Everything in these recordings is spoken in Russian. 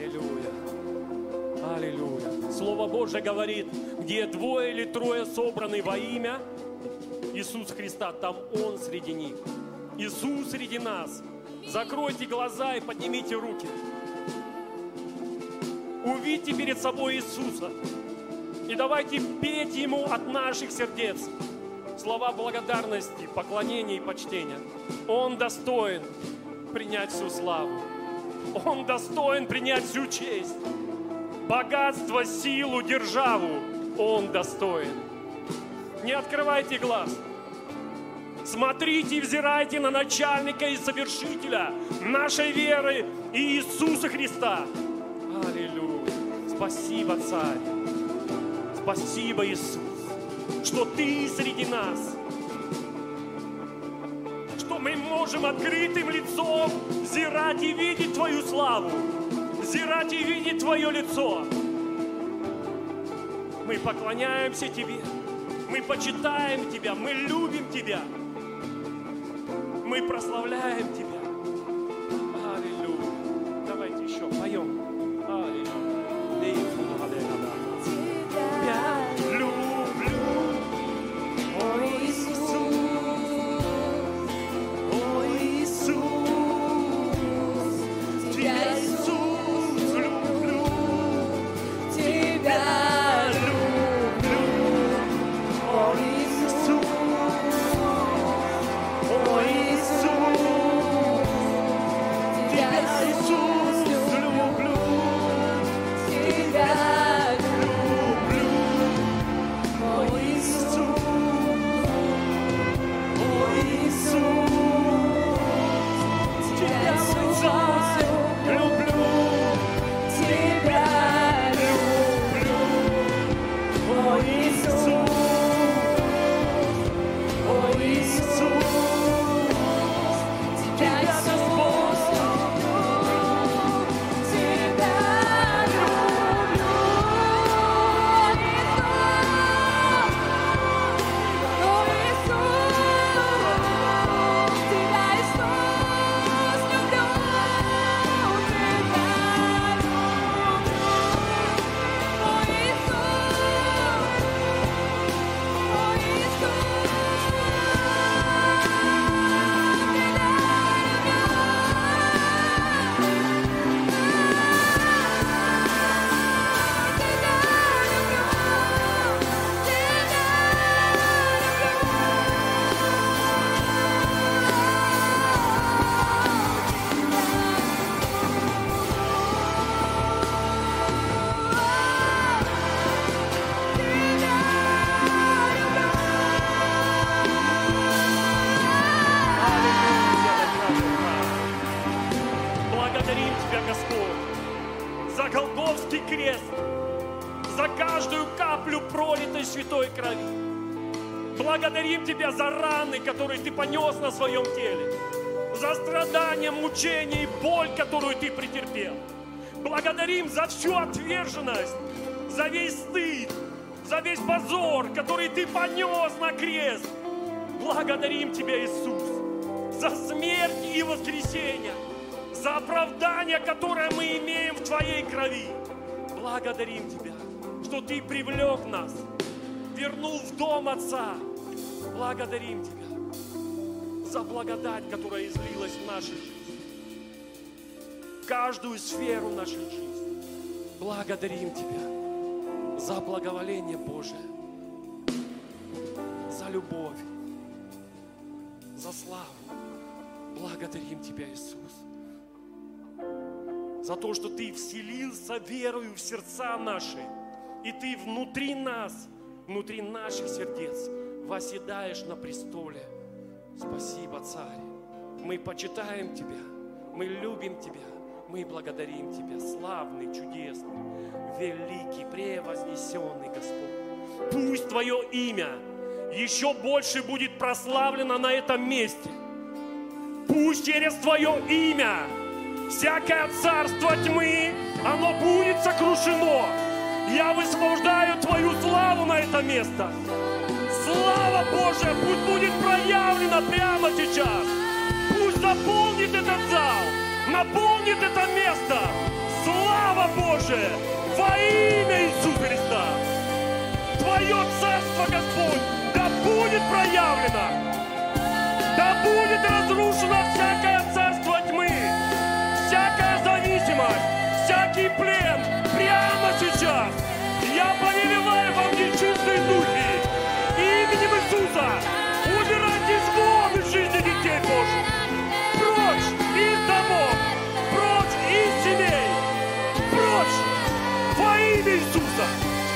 Аллилуйя. Аллилуйя. Слово Божье говорит, где двое или трое собраны во имя Иисуса Христа, там Он среди них. Иисус среди нас. Закройте глаза и поднимите руки. Увидьте перед собой Иисуса. И давайте петь Ему от наших сердец слова благодарности, поклонения и почтения. Он достоин принять всю славу. Он достоин принять всю честь. Богатство, силу, державу Он достоин. Не открывайте глаз. Смотрите и взирайте на начальника и совершителя нашей веры Иисуса Христа. Аллилуйя. Спасибо, Царь. Спасибо, Иисус, что Ты среди нас. Что мы можем открытым лицом взирать и видеть Твою славу. Взирать и видеть Твое лицо. Мы поклоняемся Тебе. Мы почитаем Тебя. Мы любим Тебя. Мы прославляем Тебя. Аллилуйя. Давайте еще поем. Аллилуйя. Тебя люблю, о Иисус, о Иисус, Тебя, Иисус, люблю, Тебя люблю, о Иисус, о Иисус, Тебя, Иисус, люблю, Тебя. Благодарим Тебя за раны, которые Ты понес на своем теле, за страдания, мучения и боль, которую Ты претерпел. Благодарим за всю отверженность, за весь стыд, за весь позор, который Ты понес на крест. Благодарим Тебя, Иисус, за смерть и воскресение, за оправдание, которое мы имеем в Твоей крови. Благодарим Тебя, что Ты привлек нас, вернул в дом Отца. Благодарим Тебя за благодать, которая излилась в нашей жизни, в каждую сферу нашей жизни. Благодарим Тебя за благоволение Божие, за любовь, за славу. Благодарим Тебя, Иисус, за то, что Ты вселился верою в сердца наши, и Ты внутри нас, внутри наших сердец восседаешь на престоле. Спасибо, Царь. Мы почитаем Тебя, мы любим Тебя, мы благодарим Тебя, славный, чудесный, великий, превознесенный Господь. Пусть Твое имя еще больше будет прославлено на этом месте. Пусть через Твое имя всякое царство тьмы, оно будет сокрушено. Я высвобождаю Твою славу на это место. Слава Божия пусть будет проявлена прямо сейчас. Пусть наполнит этот зал, наполнит это место. Слава лучшее во имя Иисуса Христа. Твое царство, Господь, да будет проявлено, да будет разрушено всякое царство тьмы, всякая зависимость, всякий плен прямо сейчас. Я повелеваю вам нечистые духи именем Иисуса. Убирайтесь вон из жизни детей Божьих. Прочь из домов, прочь из семей, прочь во имя Иисуса.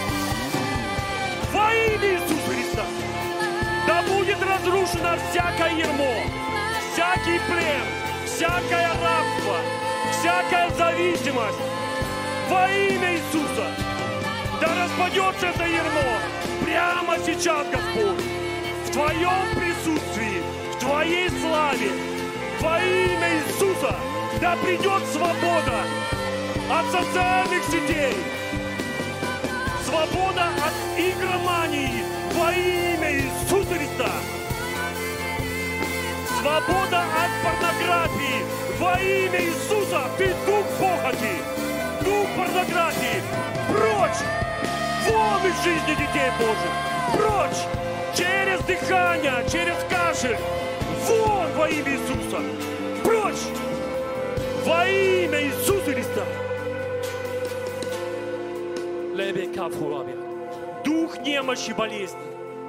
Во имя Иисуса Христа. Да будет разрушено всякое ярмо, всякий плен, всякое рабство, всякая зависимость. Во имя Иисуса. Да распадется это ярмо прямо сейчас, Господь. В Твоем присутствии, в Твоей славе, во имя Иисуса, да придет свобода от социальных сетей, свобода от игромании во имя Иисуса Христа, свобода от порнографии во имя Иисуса. Ты дух похоти, дух порнографии, прочь, вон из жизни детей Божьих, прочь. Через дыхание, через кашель. Вон во имя Иисуса. Прочь. Во имя Иисуса Христа. Дух немощи, болезни.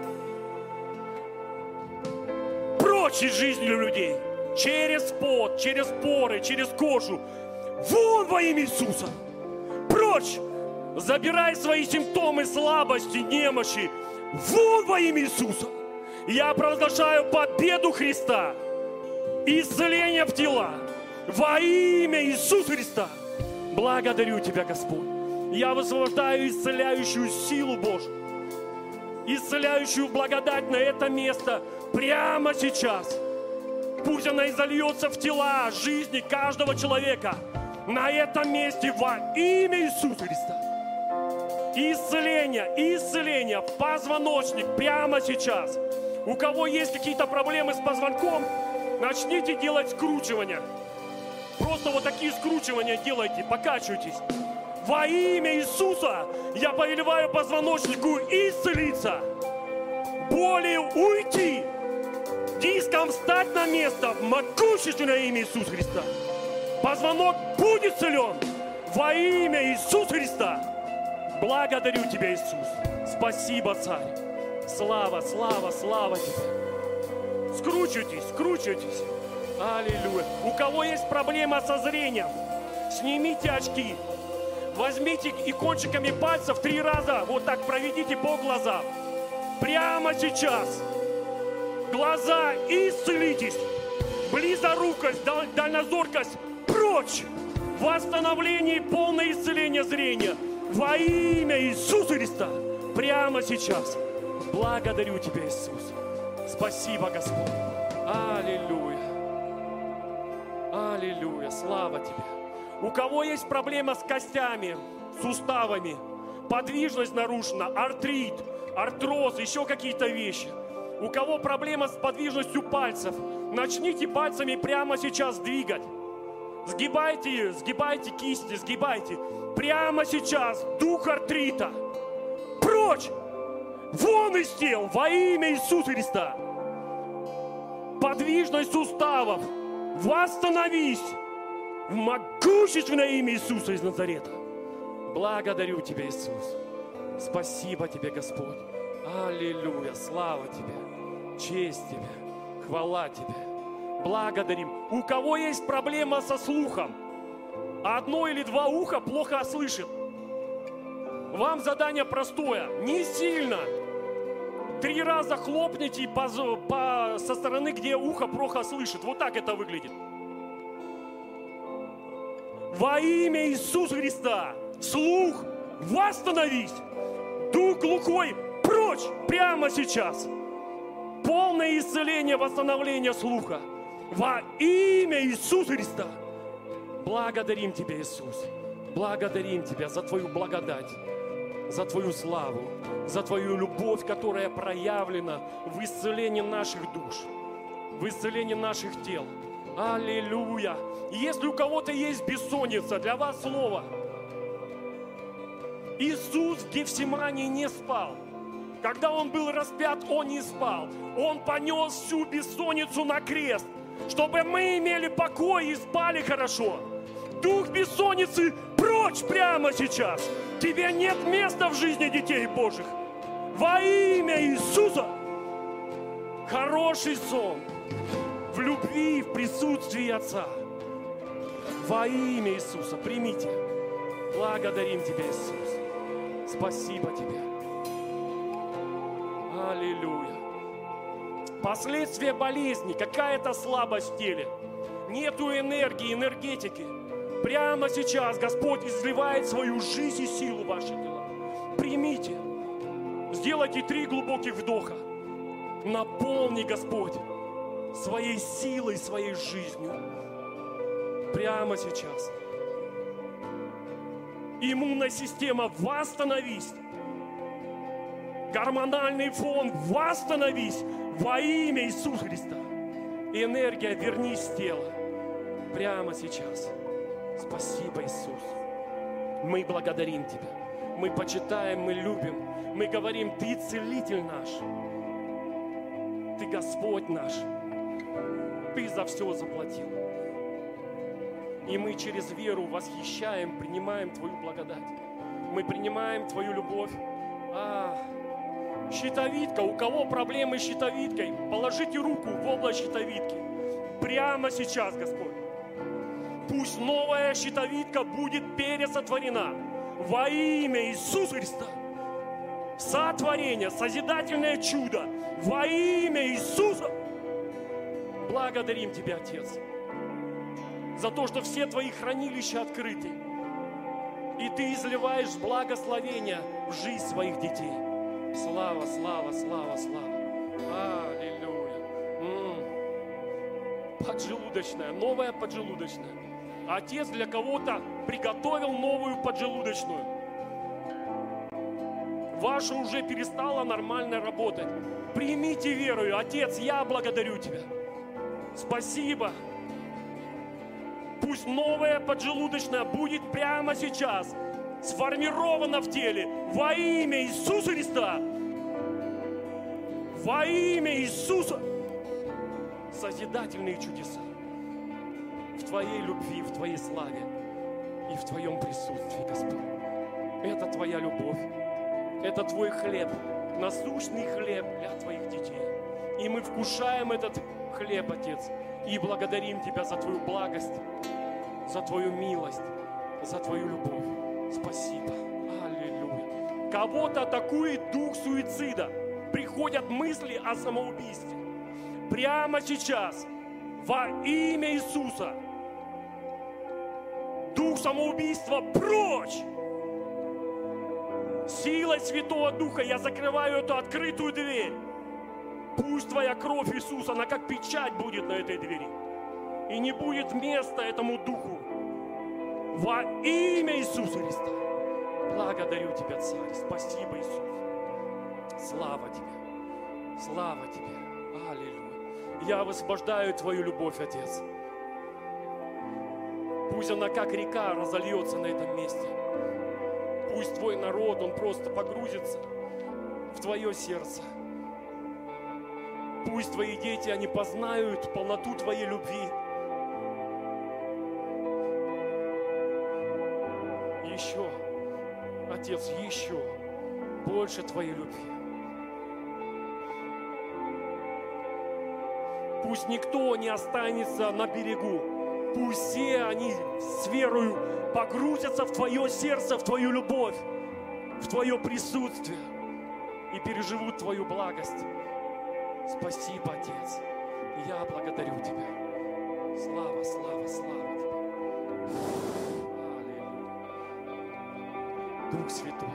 Прочь из жизни людей. Через пот, через поры, через кожу. Вон во имя Иисуса. Прочь. Забирай свои симптомы слабости, немощи. Вон во имя Иисуса. Я провозглашаю победу Христа. Исцеление в тела. Во имя Иисуса Христа. Благодарю Тебя, Господь. Я высвобождаю исцеляющую силу Божью. Исцеляющую благодать на это место прямо сейчас. Пусть она изольется в тела жизни каждого человека. На этом месте во имя Иисуса Христа. Исцеление, исцеление, позвоночник прямо сейчас. У кого есть какие-то проблемы с позвонком, начните делать скручивания. Просто вот такие скручивания делайте, покачивайтесь. Во имя Иисуса я повелеваю позвоночнику исцелиться. Боли уйти. Диском встать на место в могущественное имя Иисуса Христа. Позвонок будет исцелен во имя Иисуса Христа. Благодарю Тебя, Иисус. Спасибо, Царь. Слава, слава, слава Тебе. Скручивайтесь, скручивайтесь. Аллилуйя. У кого есть проблема со зрением, снимите очки. Возьмите и кончиками пальцев 3 раза вот так проведите по глазам. Прямо сейчас. Глаза исцелитесь. Близорукость, дальнозоркость прочь. Восстановление и полное исцеление зрения. Во имя Иисуса Христа. Прямо сейчас. Благодарю Тебя, Иисус. Спасибо, Господь. Аллилуйя. Аллилуйя. Слава Тебе. У кого есть проблема с костями, суставами, подвижность нарушена, артрит, артроз, еще какие-то вещи. У кого проблема с подвижностью пальцев, начните пальцами прямо сейчас двигать. Сгибайте, сгибайте кисти, сгибайте. Прямо сейчас дух артрита. Прочь! Вон из тел во имя Иисуса Христа. Подвижность суставов. Восстановись в могущественное имя Иисуса из Назарета. Благодарю Тебя, Иисус. Спасибо Тебе, Господь. Аллилуйя. Слава Тебе. Честь Тебе. Хвала Тебе. Благодарим. У кого есть проблема со слухом, 1 или 2 уха плохо слышит, вам задание простое. Не сильно. 3 раза хлопните со стороны, где ухо плохо слышит. Вот так это выглядит. Во имя Иисуса Христа. Слух, восстановись. Дух глухой, прочь прямо сейчас. Полное исцеление, восстановление слуха. Во имя Иисуса Христа. Благодарим Тебя, Иисус. Благодарим Тебя за Твою благодать, за Твою славу, за Твою любовь, которая проявлена в исцелении наших душ, в исцелении наших тел. Аллилуйя! И если у кого-то есть бессонница, для вас слово. Иисус в Гефсимании не спал. Когда Он был распят, Он не спал. Он понес всю бессонницу на крест, чтобы мы имели покой и спали хорошо. Дух бессонницы прочь прямо сейчас. Тебе нет места в жизни детей Божьих. Во имя Иисуса. Хороший сон в любви, в присутствии Отца. Во имя Иисуса примите. Благодарим Тебя, Иисус. Спасибо Тебе. Аллилуйя. Последствия болезни, какая-то слабость в теле. Нету энергии, энергетики. Прямо сейчас Господь изливает свою жизнь и силу в ваши дела. Примите. Сделайте 3 глубоких вдоха. Наполни, Господь, своей силой, своей жизнью. Прямо сейчас. Иммунная система, восстановись. Гормональный фон, восстановись во имя Иисуса Христа. Энергия, вернись в тело. Прямо сейчас. Спасибо, Иисус. Мы благодарим Тебя. Мы почитаем, мы любим. Мы говорим, Ты целитель наш. Ты Господь наш. Ты за все заплатил. И мы через веру восхищаем, принимаем Твою благодать. Мы принимаем Твою любовь. Щитовидка. У кого проблемы с щитовидкой? Положите руку в область щитовидки. Прямо сейчас, Господь. Пусть новая щитовидка будет пересотворена во имя Иисуса Христа. Сотворение, созидательное чудо во имя Иисуса. Благодарим Тебя, Отец, за то, что все Твои хранилища открыты. И Ты изливаешь благословение в жизнь своих детей. Слава, слава, слава, слава. Аллилуйя. Поджелудочная, новая поджелудочная. Отец для кого-то приготовил новую поджелудочную. Ваша уже перестала нормально работать. Примите верою. Отец, я благодарю Тебя. Спасибо. Пусть новая поджелудочная будет прямо сейчас сформирована в теле во имя Иисуса Христа. Во имя Иисуса. Созидательные чудеса в Твоей любви, в Твоей славе и в Твоем присутствии, Господь. Это Твоя любовь. Это Твой хлеб, насущный хлеб для Твоих детей. И мы вкушаем этот хлеб, Отец, и благодарим Тебя за Твою благость, за Твою милость, за Твою любовь. Спасибо. Аллилуйя. Кого-то атакует дух суицида. Приходят мысли о самоубийстве. Прямо сейчас, во имя Иисуса, дух самоубийства прочь! Силой Святого Духа я закрываю эту открытую дверь. Пусть Твоя кровь Иисуса, она как печать будет на этой двери. И не будет места этому духу. Во имя Иисуса Христа. Благодарю Тебя, Царь. Спасибо, Иисус. Слава Тебе. Слава Тебе. Аллилуйя. Я высвобождаю Твою любовь, Отец. Пусть она как река разольется на этом месте. Пусть Твой народ, он просто погрузится в Твое сердце. Пусть Твои дети, они познают полноту Твоей любви. Еще, Отец, еще больше Твоей любви. Пусть никто не останется на берегу. Пусть все они с верою погрузятся в Твое сердце, в Твою любовь, в Твое присутствие и переживут Твою благость. Спасибо, Отец. Я благодарю Тебя. Слава, слава, слава Тебе. Аллилуйя. Дух Святой,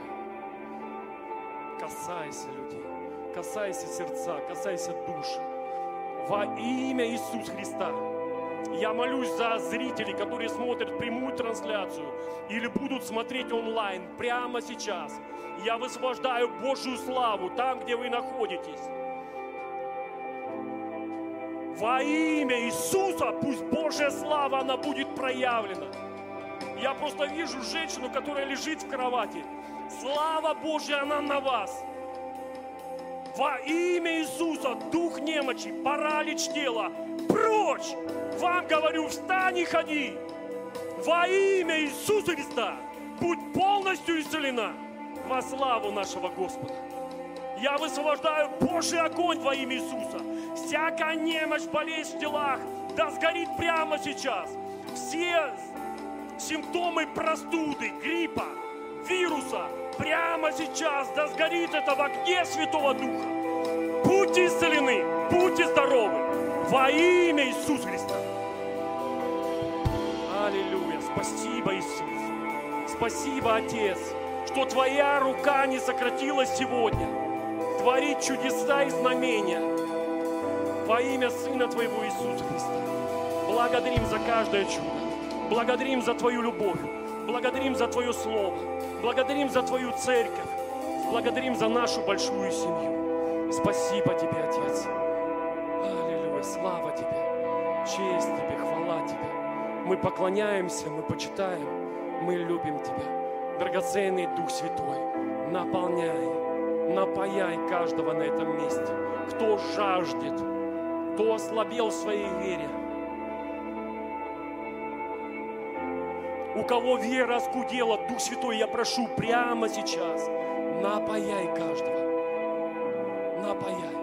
касайся людей, касайся сердца, касайся души. Во имя Иисуса Христа. Я молюсь за зрителей, которые смотрят прямую трансляцию или будут смотреть онлайн прямо сейчас. Я высвобождаю Божью славу там, где вы находитесь. Во имя Иисуса пусть Божья слава, она будет проявлена. Я просто вижу женщину, которая лежит в кровати. Слава Божья, она на вас. Во имя Иисуса, дух немочи, паралич тела, прочь! Вам говорю, встань и ходи. Во имя Иисуса Христа будь полностью исцелена во славу нашего Господа. Я высвобождаю Божий огонь во имя Иисуса. Всякая немощь, болезнь в телах, да сгорит прямо сейчас. Все симптомы простуды, гриппа, вируса, прямо сейчас, да сгорит это в огне Святого Духа. Будьте исцелены, будьте здоровы во имя Иисуса Христа. Аллилуйя. Спасибо, Иисус. Спасибо, Отец, что Твоя рука не сократилась сегодня. Творить чудеса и знамения во имя Сына Твоего Иисуса Христа. Благодарим за каждое чудо. Благодарим за Твою любовь. Благодарим за Твое Слово. Благодарим за Твою церковь. Благодарим за нашу большую семью. Спасибо Тебе, Отец. Аллилуйя. Слава Тебе. Честь Тебе, хвала Тебе. Мы поклоняемся, мы почитаем, мы любим Тебя. Драгоценный Дух Святой, наполняй, напояй каждого на этом месте. Кто жаждет, кто ослабел в своей вере, у кого вера оскудела, Дух Святой, я прошу прямо сейчас, напояй каждого. Напояй.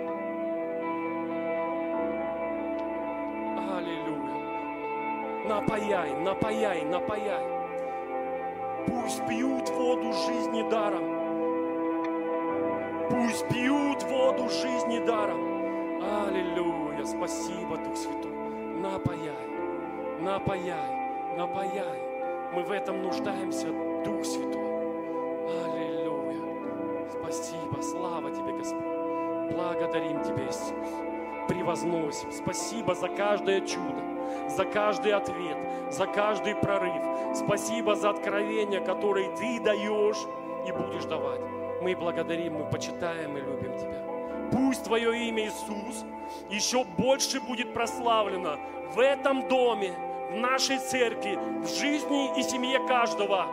Аллилуйя. Напояй, напояй, напояй. Пусть пьют воду жизни даром. Пусть пьют воду жизни даром. Аллилуйя. Спасибо, Дух Святой. Напояй, напояй, напояй. Мы в этом нуждаемся, Дух Святой. Аллилуйя. Спасибо, слава Тебе, Господь. Благодарим Тебя, Иисус. Превозносим. Спасибо за каждое чудо, за каждый ответ, за каждый прорыв. Спасибо за откровения, которые Ты даешь и будешь давать. Мы благодарим, мы почитаем и любим Тебя. Пусть Твое имя, Иисус, еще больше будет прославлено в этом доме, в нашей церкви, в жизни и семье каждого.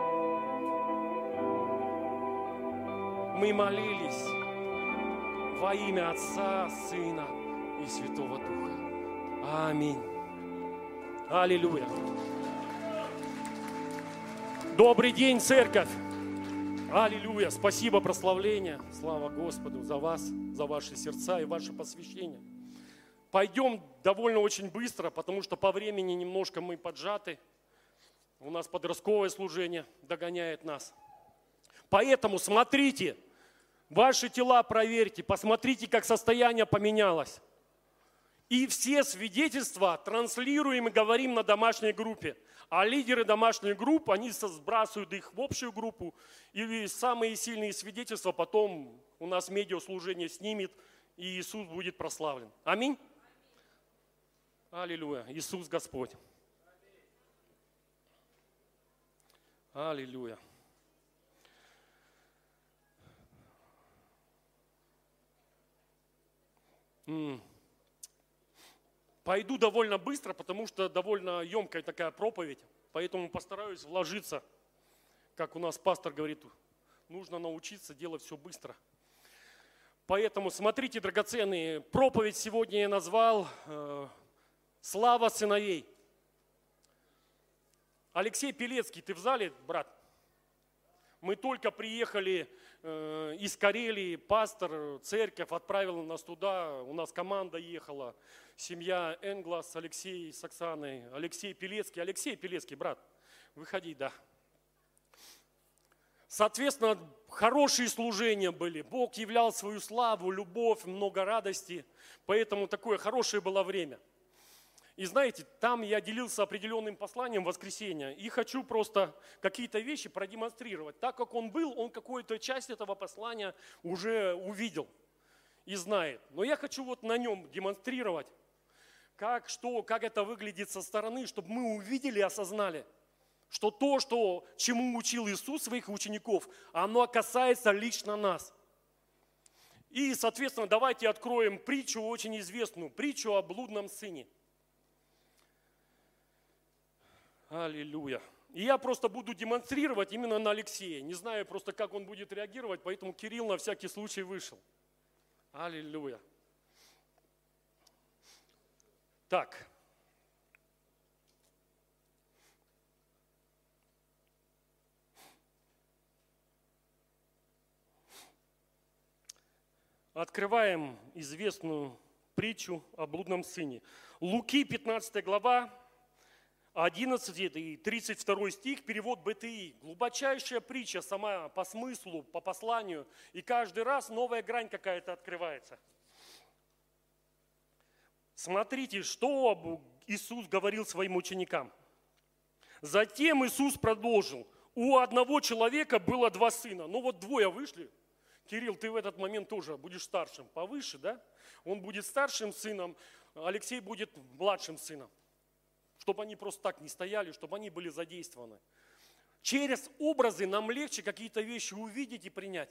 Мы молились во имя Отца, Сына и Святого Духа. Аминь. Аллилуйя. Добрый день, церковь. Аллилуйя. Спасибо, прославление. Слава Господу за вас, за ваши сердца и ваше посвящение. Пойдем довольно очень быстро, потому что по времени немножко мы поджаты. У нас подростковое служение догоняет нас. Поэтому смотрите, ваши тела проверьте, посмотрите, как состояние поменялось. И все свидетельства транслируем и говорим на домашней группе. А лидеры домашней группы, они сбрасывают их в общую группу. И самые сильные свидетельства потом у нас медиаслужение снимет, и Иисус будет прославлен. Аминь. Аллилуйя. Иисус Господь. Аллилуйя. Пойду довольно быстро, потому что довольно емкая такая проповедь, поэтому постараюсь вложиться, как у нас пастор говорит, нужно научиться делать все быстро. Поэтому смотрите, драгоценные, проповедь сегодня я назвал «Слава сыновей». Алексей Пелецкий, ты в зале, брат? Мы только приехали из Карелии, пастор, церковь отправил нас туда, у нас команда ехала, семья Энглас, Алексей с Оксаной, Алексей Пелецкий, брат, выходи, да. Соответственно, хорошие служения были, Бог являл свою славу, любовь, много радости, поэтому такое хорошее было время. И знаете, там я делился определенным посланием в воскресенье и хочу просто какие-то вещи продемонстрировать. Так как он был, он какую-то часть этого послания уже увидел и знает. Но я хочу вот на нем демонстрировать, как это выглядит со стороны, чтобы мы увидели и осознали, что то, чему учил Иисус своих учеников, оно касается лично нас. И, соответственно, давайте откроем притчу, очень известную, притчу о блудном сыне. Аллилуйя. И я просто буду демонстрировать именно на Алексея. Не знаю просто, как он будет реагировать, поэтому Кирилл на всякий случай вышел. Аллилуйя. Так. Открываем известную притчу о блудном сыне. Луки, 15 глава, 11 и 32 стих, перевод БТИ. Глубочайшая притча сама по смыслу, по посланию. И каждый раз новая грань какая-то открывается. Смотрите, что Иисус говорил своим ученикам. Затем Иисус продолжил. У одного человека было два сына. Ну вот двое вышли. Кирилл, ты в этот момент тоже будешь старшим. Повыше, да? Он будет старшим сыном, Алексей будет младшим сыном. Чтобы они просто так не стояли, чтобы они были задействованы. Через образы нам легче какие-то вещи увидеть и принять.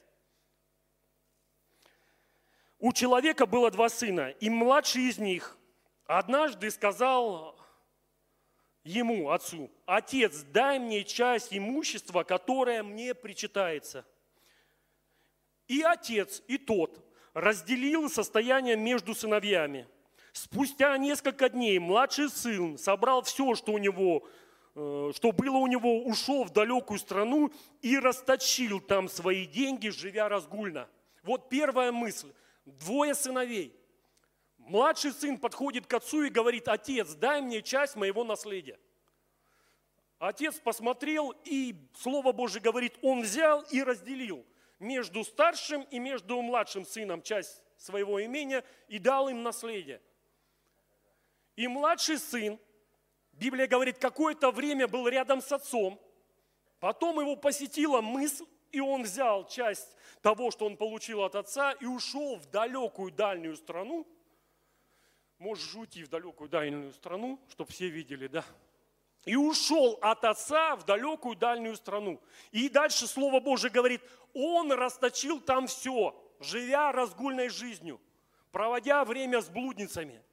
У человека было два сына, и младший из них однажды сказал ему, отцу: «Отец, дай мне часть имущества, которое мне причитается». И отец, и тот разделил состояние между сыновьями. Спустя несколько дней младший сын собрал все, что было у него, ушел в далекую страну и расточил там свои деньги, живя разгульно. Вот первая мысль. Двое сыновей. Младший сын подходит к отцу и говорит: «Отец, дай мне часть моего наследия». Отец посмотрел, и Слово Божие говорит, он взял и разделил между старшим и между младшим сыном часть своего имения и дал им наследие. И младший сын, Библия говорит, какое-то время был рядом с отцом, потом его посетила мысль, и он взял часть того, что он получил от отца, и ушел в далекую дальнюю страну. Можешь уйти в далекую дальнюю страну, чтобы все видели, да? И ушел от отца в далекую дальнюю страну. И дальше Слово Божие говорит, он расточил там все, живя разгульной жизнью, проводя время с блудницами.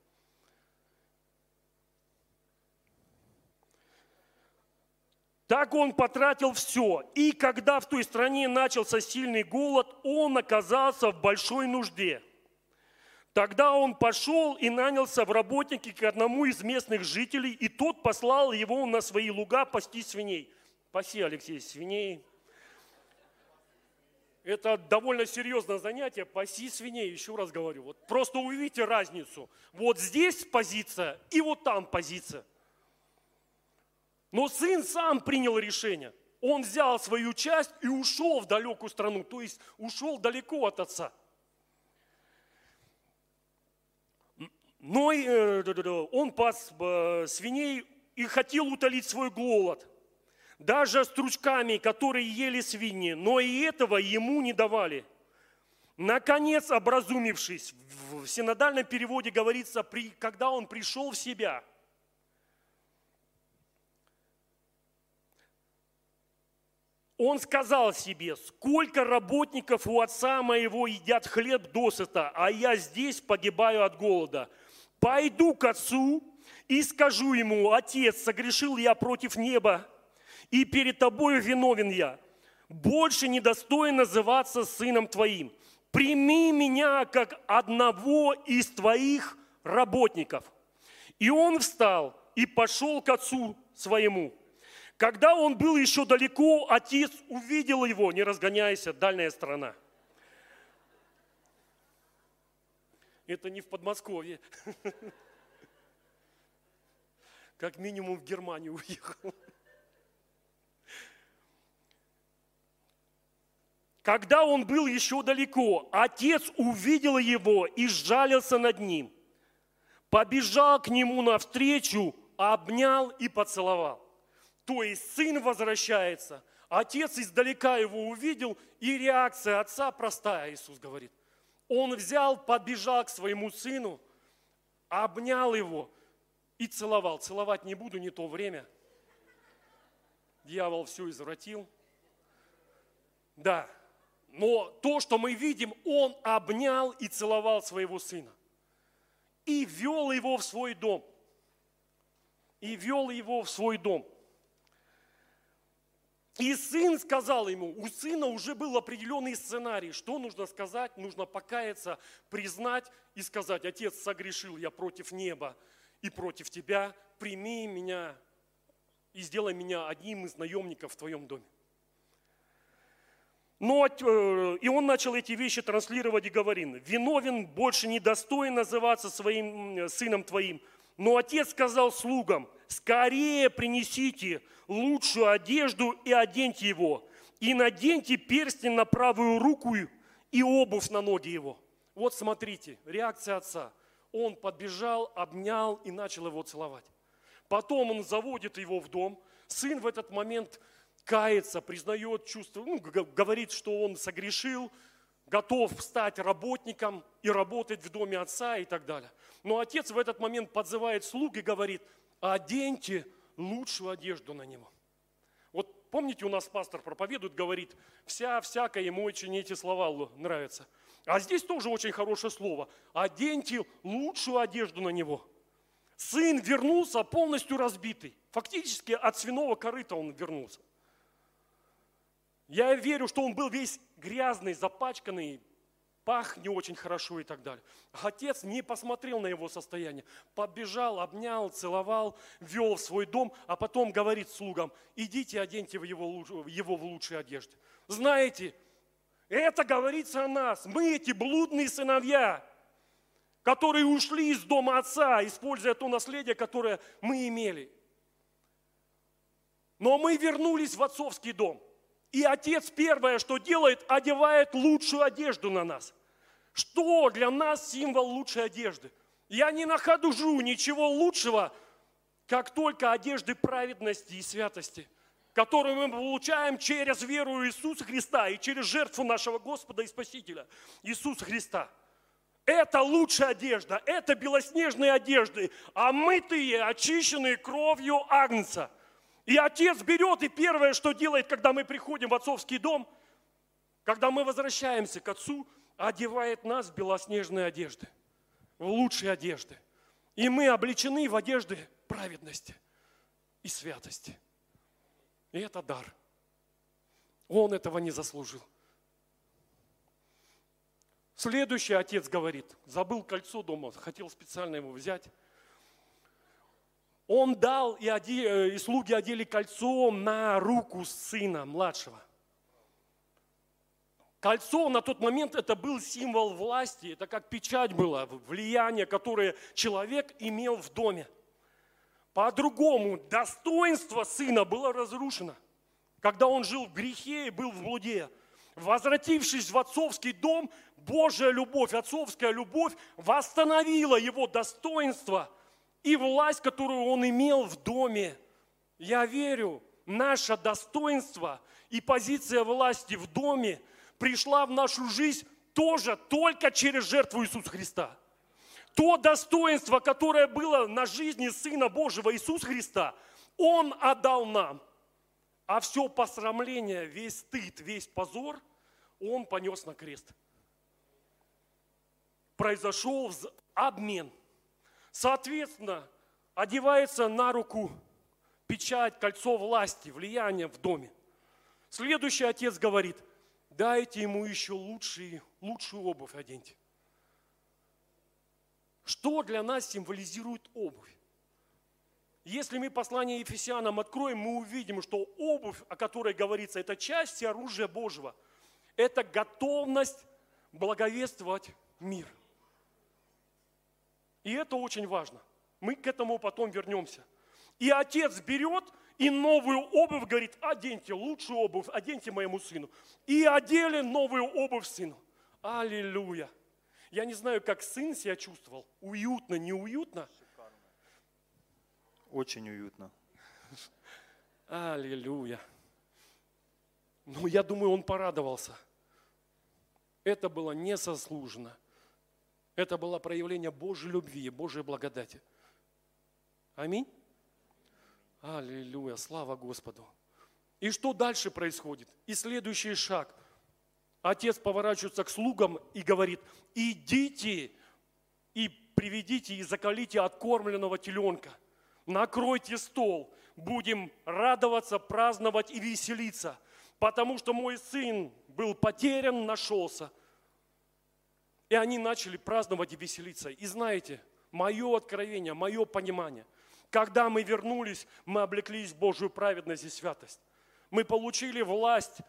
Так он потратил все. И когда в той стране начался сильный голод, он оказался в большой нужде. Тогда он пошел и нанялся в работники к одному из местных жителей, и тот послал его на свои луга пасти свиней. Паси, Алексей, свиней. Это довольно серьезное занятие, паси свиней, еще раз говорю. Вот просто увидите разницу. Вот здесь позиция и вот там позиция. Но сын сам принял решение. Он взял свою часть и ушел в далекую страну, то есть ушел далеко от отца. Но он пас свиней и хотел утолить свой голод. Даже стручками, которые ели свиньи, но и этого ему не давали. Наконец, образумившись, в синодальном переводе говорится, когда он пришел в себя, он сказал себе: сколько работников у отца моего едят хлеб досыта, а я здесь погибаю от голода. Пойду к отцу и скажу ему: отец, согрешил я против неба, и перед тобою виновен я. Больше не достоин называться сыном твоим. Прими меня как одного из твоих работников. И он встал и пошел к отцу своему. Когда он был еще далеко, отец увидел его, не разгоняйся, дальняя страна. Это не в Подмосковье. Как минимум в Германию уехал. Когда он был еще далеко, отец увидел его и сжалился над ним. Побежал к нему навстречу, обнял и поцеловал. То есть сын возвращается, отец издалека его увидел, и реакция отца простая, Иисус говорит. Он взял, подбежал к своему сыну, обнял его и целовал. Целовать не буду, не то время. Дьявол все извратил. Да, но то, что мы видим, он обнял и целовал своего сына. И вел его в свой дом. И вел его в свой дом. И сын сказал ему, у сына уже был определенный сценарий, что нужно сказать, нужно покаяться, признать и сказать: отец, согрешил я против неба и против тебя, прими меня и сделай меня одним из наемников в твоем доме. И он начал эти вещи транслировать и говорил: виновен, больше не достоин называться своим сыном твоим. Но отец сказал слугам: скорее принесите лучшую одежду и оденьте его, и наденьте перстень на правую руку и обувь на ноги его. Вот смотрите, реакция отца. Он подбежал, обнял и начал его целовать. Потом он заводит его в дом. Сын в этот момент кается, признает чувство, говорит, что он согрешил, готов стать работником и работать в доме отца и так далее. Но отец в этот момент подзывает слуг и говорит: оденьте лучшую одежду на него. Вот помните, у нас пастор проповедует, говорит: всякое, ему очень эти слова нравятся. А здесь тоже очень хорошее слово: оденьте лучшую одежду на него. Сын вернулся полностью разбитый. Фактически от свиного корыта он вернулся. Я верю, что он был весь грязный, запачканный, пах не очень хорошо и так далее. Отец не посмотрел на его состояние. Побежал, обнял, целовал, вел в свой дом, а потом говорит слугам: идите, оденьте его в лучшие одежды. Знаете, это говорится о нас. Мы эти блудные сыновья, которые ушли из дома отца, используя то наследие, которое мы имели. Но мы вернулись в отцовский дом. И отец первое, что делает, одевает лучшую одежду на нас. Что для нас символ лучшей одежды? Я не нахожу ничего лучшего, как только одежды праведности и святости, которую мы получаем через веру в Иисуса Христа и через жертву нашего Господа и Спасителя Иисуса Христа. Это лучшая одежда, это белоснежные одежды, омытые, очищенные кровью Агнца. И отец берет, и первое, что делает, когда мы приходим в отцовский дом, когда мы возвращаемся к отцу, одевает нас в белоснежные одежды, в лучшие одежды. И мы облечены в одежды праведности и святости. И это дар. Он этого не заслужил. Следующий отец говорит: забыл кольцо дома, хотел специально его взять. Он дал, и слуги одели кольцо на руку сына младшего. Кольцо на тот момент это был символ власти, это как печать была, влияние, которое человек имел в доме. По-другому, достоинство сына было разрушено, когда он жил в грехе и был в блуде. Возвратившись в отцовский дом, Божья любовь, отцовская любовь восстановила его достоинство и власть, которую он имел в доме. Я верю, наше достоинство и позиция власти в доме пришла в нашу жизнь тоже только через жертву Иисуса Христа. То достоинство, которое было на жизни Сына Божьего Иисуса Христа, Он отдал нам. А все посрамление, весь стыд, весь позор Он понес на крест. Произошел обмен. Соответственно, одевается на руку печать, кольцо власти, влияния в доме. Следующий отец говорит: дайте ему еще лучшую обувь оденьте. Что для нас символизирует обувь? Если мы послание Ефесянам откроем, мы увидим, что обувь, о которой говорится, это часть оружия Божьего. Это готовность благовествовать мир. И это очень важно. Мы к этому потом вернемся. И отец берет и новую обувь говорит: оденьте лучшую обувь, оденьте моему сыну. И одели новую обувь сыну. Аллилуйя. Я не знаю, как сын себя чувствовал. Уютно, неуютно? Очень уютно. Аллилуйя. Ну, я думаю, он порадовался. Это было незаслуженно. Это было проявление Божьей любви, Божьей благодати. Аминь. Аллилуйя, слава Господу. И что дальше происходит? И следующий шаг. Отец поворачивается к слугам и говорит: идите и приведите и заколите откормленного теленка. Накройте стол, будем радоваться, праздновать и веселиться, потому что мой сын был потерян, нашелся. И они начали праздновать и веселиться. И знаете, мое откровение, мое понимание, когда мы вернулись, мы облеклись в Божью праведность и святость. Мы получили власть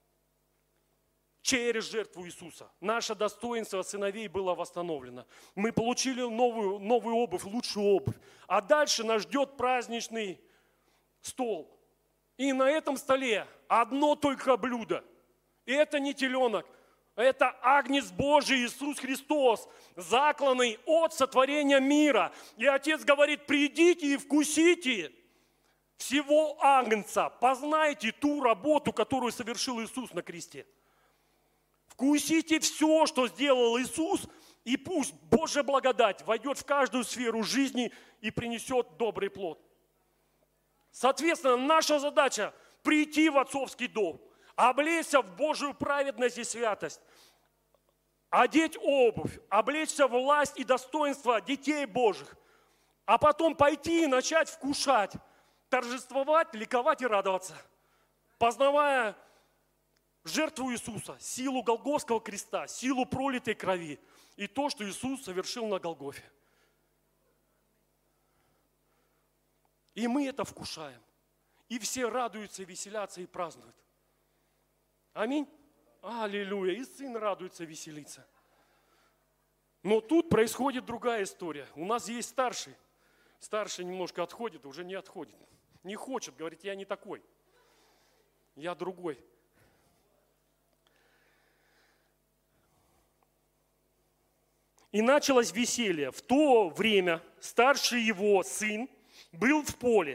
через жертву Иисуса. Наше достоинство сыновей было восстановлено. Мы получили новую обувь, лучшую обувь. А дальше нас ждет праздничный стол. И на этом столе одно только блюдо. И это не теленок. Это Агнец Божий Иисус Христос, закланный от сотворения мира. И Отец говорит: придите и вкусите всего Агнца, познайте ту работу, которую совершил Иисус на кресте. Вкусите все, что сделал Иисус, и пусть Божья благодать войдет в каждую сферу жизни и принесет добрый плод. Соответственно, наша задача – прийти в отцовский дом, облечься в Божию праведность и святость, одеть обувь, облечься в власть и достоинство детей Божьих, а потом пойти и начать вкушать, торжествовать, ликовать и радоваться, познавая жертву Иисуса, силу Голгофского креста, силу пролитой крови и то, что Иисус совершил на Голгофе. И мы это вкушаем. И все радуются, веселятся и празднуют. Аминь. Аллилуйя. И сын радуется, веселится. Но тут происходит другая история. У нас есть старший. Старший немножко отходит, уже не отходит. Не хочет, говорит: я не такой. Я другой. И началось веселье. В то время старший его сын был в поле.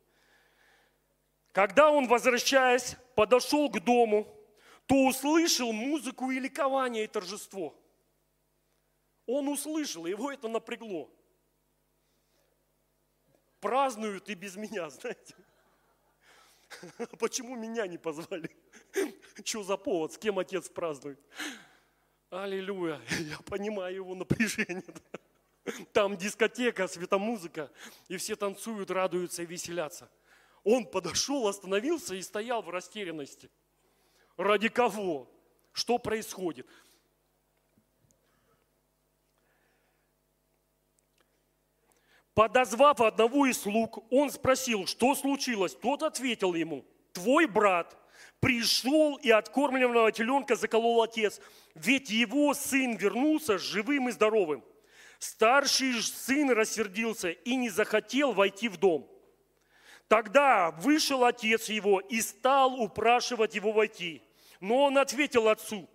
Когда он, возвращаясь, подошел к дому, то услышал музыку и ликование, и торжество. Он услышал, его это напрягло. Празднуют и без меня, знаете. Почему меня не позвали? Что за повод, с кем отец празднует? Аллилуйя, я понимаю его напряжение. Там дискотека, светомузыка, и все танцуют, радуются и веселятся. Он подошел, остановился и стоял в растерянности. Ради кого? Что происходит? Подозвав одного из слуг, он спросил, что случилось. Тот ответил ему: твой брат пришел и откормленного теленка заколол отец, ведь его сын вернулся живым и здоровым. Старший сын рассердился и не захотел войти в дом. Тогда вышел отец его и стал упрашивать его войти. Но он ответил отцу: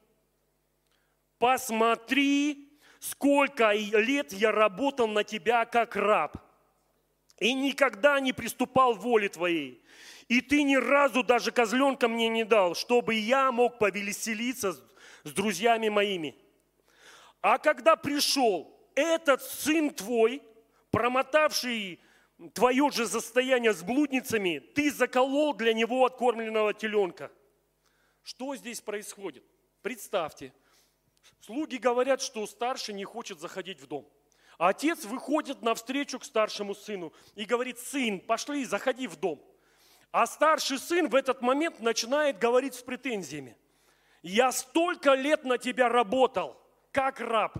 посмотри, сколько лет я работал на тебя как раб, и никогда не приступал к воле твоей. И ты ни разу даже козленка мне не дал, чтобы я мог повеселиться с друзьями моими. А когда пришел этот сын твой, промотавший твое же состояние с блудницами, ты заколол для него откормленного теленка. Что здесь происходит? Представьте, слуги говорят, что старший не хочет заходить в дом. А отец выходит навстречу к старшему сыну и говорит: сын, пошли, заходи в дом. А старший сын в этот момент начинает говорить с претензиями: я столько лет на тебя работал, как раб,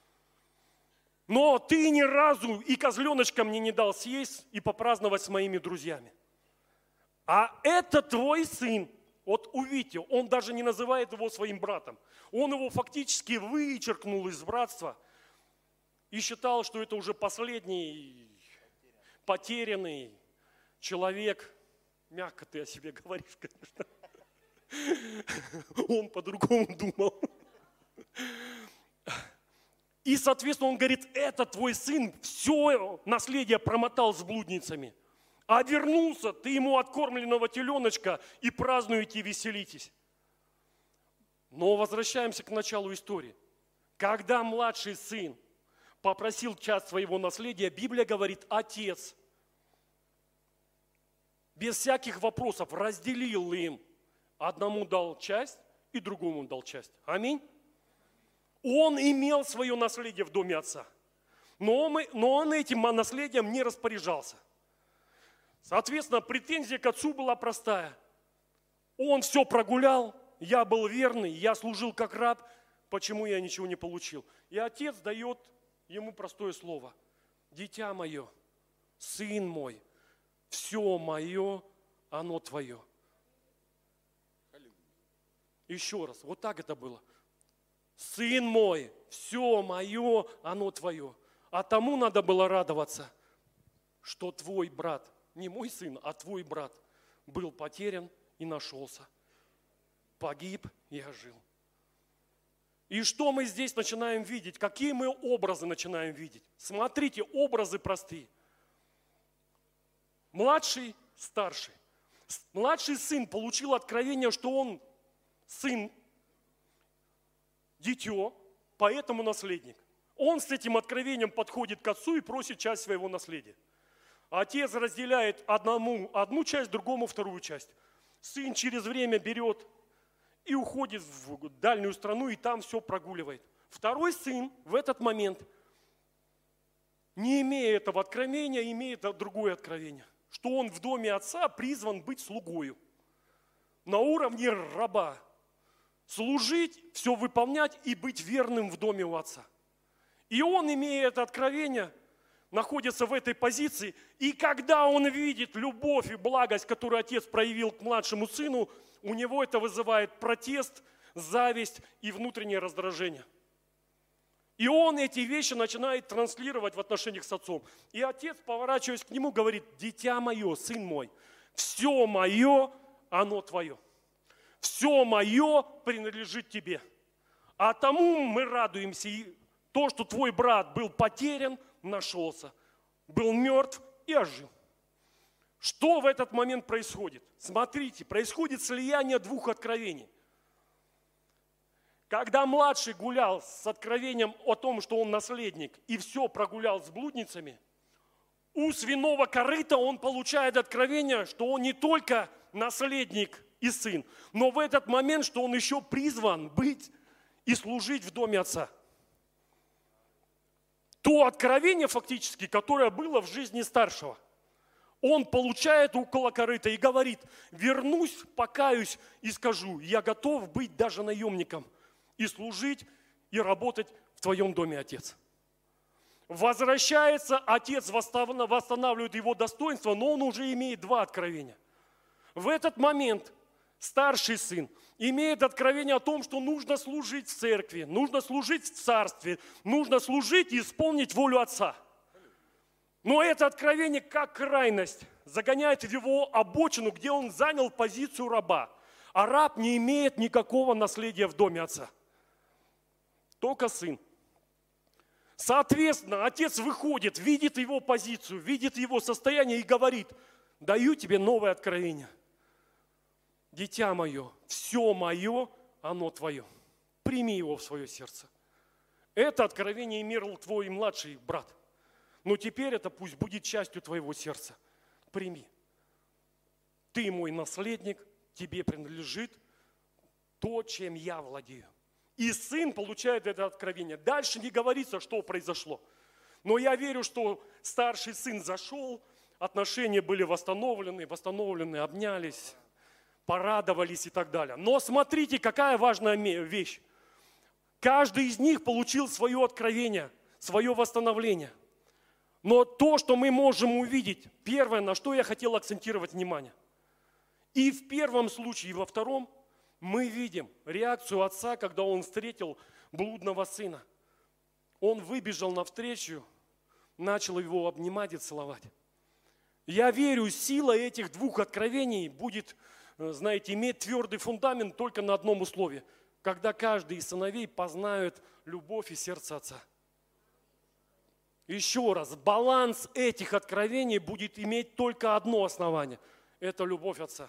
но ты ни разу и козленочка мне не дал съесть и попраздновать с моими друзьями. А это твой сын. Вот увидите, он даже не называет его своим братом. Он его фактически вычеркнул из братства и считал, что это уже последний потерянный человек. Мягко ты о себе говоришь, конечно. Он по-другому думал. И, соответственно, он говорит: это твой сын все наследие промотал с блудницами. А вернулся, ты ему откормленного теленочка и празднуете, и веселитесь. Но возвращаемся к началу истории. Когда младший сын попросил часть своего наследия, Библия говорит: отец без всяких вопросов разделил им. Одному дал часть и другому дал часть. Аминь. Он имел свое наследие в доме отца. Но он этим наследием не распоряжался. Соответственно, претензия к отцу была простая. Он все прогулял, я был верный, я служил как раб, почему я ничего не получил? И отец дает ему простое слово. Дитя мое, сын мой, все мое, оно твое. Еще раз, вот так это было. Сын мой, все мое, оно твое. А тому надо было радоваться, что твой брат, не мой сын, а твой брат был потерян и нашелся. Погиб и ожил. И что мы здесь начинаем видеть? Какие мы образы начинаем видеть? Смотрите, образы простые. Младший, старший. Младший сын получил откровение, что он сын, дитё, поэтому наследник. Он с этим откровением подходит к отцу и просит часть своего наследия. Отец разделяет одному одну часть, другому вторую часть. Сын через время берет и уходит в дальнюю страну, и там все прогуливает. Второй сын в этот момент, не имея этого откровения, имеет другое откровение, что он в доме отца призван быть слугою, на уровне раба, служить, все выполнять и быть верным в доме у отца. И он, имея это откровение, находится в этой позиции, и когда он видит любовь и благость, которую отец проявил к младшему сыну, у него это вызывает протест, зависть и внутреннее раздражение. И он эти вещи начинает транслировать в отношениях с отцом. И отец, поворачиваясь к нему, говорит: дитя мое, сын мой, все мое, оно твое. Все мое принадлежит тебе. А тому мы радуемся. И то, что твой брат был потерян, нашелся, был мертв и ожил. Что в этот момент происходит? Смотрите, происходит слияние двух откровений. Когда младший гулял с откровением о том, что он наследник, и все прогулял с блудницами, у свиного корыта он получает откровение, что он не только наследник и сын, но в этот момент, что он еще призван быть и служить в доме отца. То откровение фактически, которое было в жизни старшего, он получает около корыта и говорит: вернусь, покаюсь и скажу, я готов быть даже наемником и служить, и работать в твоем доме, отец. Возвращается, отец восстанавливает его достоинство, но он уже имеет два откровения. В этот момент старший сын имеет откровение о том, что нужно служить в церкви, нужно служить в царстве, нужно служить и исполнить волю отца. Но это откровение, как крайность, загоняет в его обочину, где он занял позицию раба. А раб не имеет никакого наследия в доме отца. Только сын. Соответственно, отец выходит, видит его позицию, видит его состояние и говорит: даю тебе новое откровение. Дитя мое, все мое, оно твое. Прими его в свое сердце. Это откровение имел твой младший брат. Но теперь это пусть будет частью твоего сердца. Прими. Ты мой наследник, тебе принадлежит то, чем я владею. И сын получает это откровение. Дальше не говорится, что произошло. Но я верю, что старший сын зашел, отношения были восстановлены, обнялись, порадовались и так далее. Но смотрите, какая важная вещь. Каждый из них получил свое откровение, свое восстановление. Но то, что мы можем увидеть, первое, на что я хотел акцентировать внимание. И в первом случае, и во втором мы видим реакцию отца, когда он встретил блудного сына. Он выбежал навстречу, начал его обнимать и целовать. Я верю, сила этих двух откровений будет, знаете, иметь твердый фундамент только на одном условии. Когда каждый из сыновей познает любовь и сердце отца. Еще раз, баланс этих откровений будет иметь только одно основание. Это любовь отца.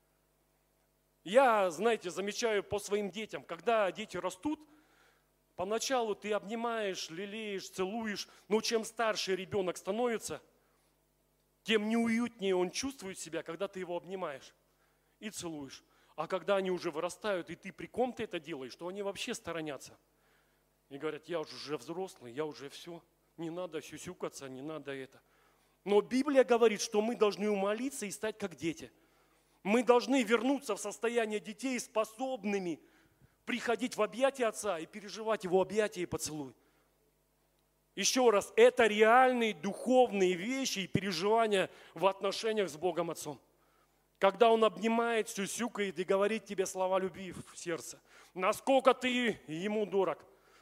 Я, знаете, замечаю по своим детям, когда дети растут, поначалу ты обнимаешь, лелеешь, целуешь, но чем старше ребенок становится, тем неуютнее он чувствует себя, когда ты его обнимаешь и целуешь. А когда они уже вырастают, и ты при ком-то это делаешь, то они вообще сторонятся. И говорят: я уже взрослый, я уже все, не надо сюсюкаться, не надо это. Но Библия говорит, что мы должны умолиться и стать как дети. Мы должны вернуться в состояние детей, способными приходить в объятия Отца и переживать Его объятия и поцелуй. Еще раз, это реальные духовные вещи и переживания в отношениях с Богом Отцом. Когда Он обнимает, сюсюкает и говорит тебе слова любви в сердце. Насколько ты Ему дорог.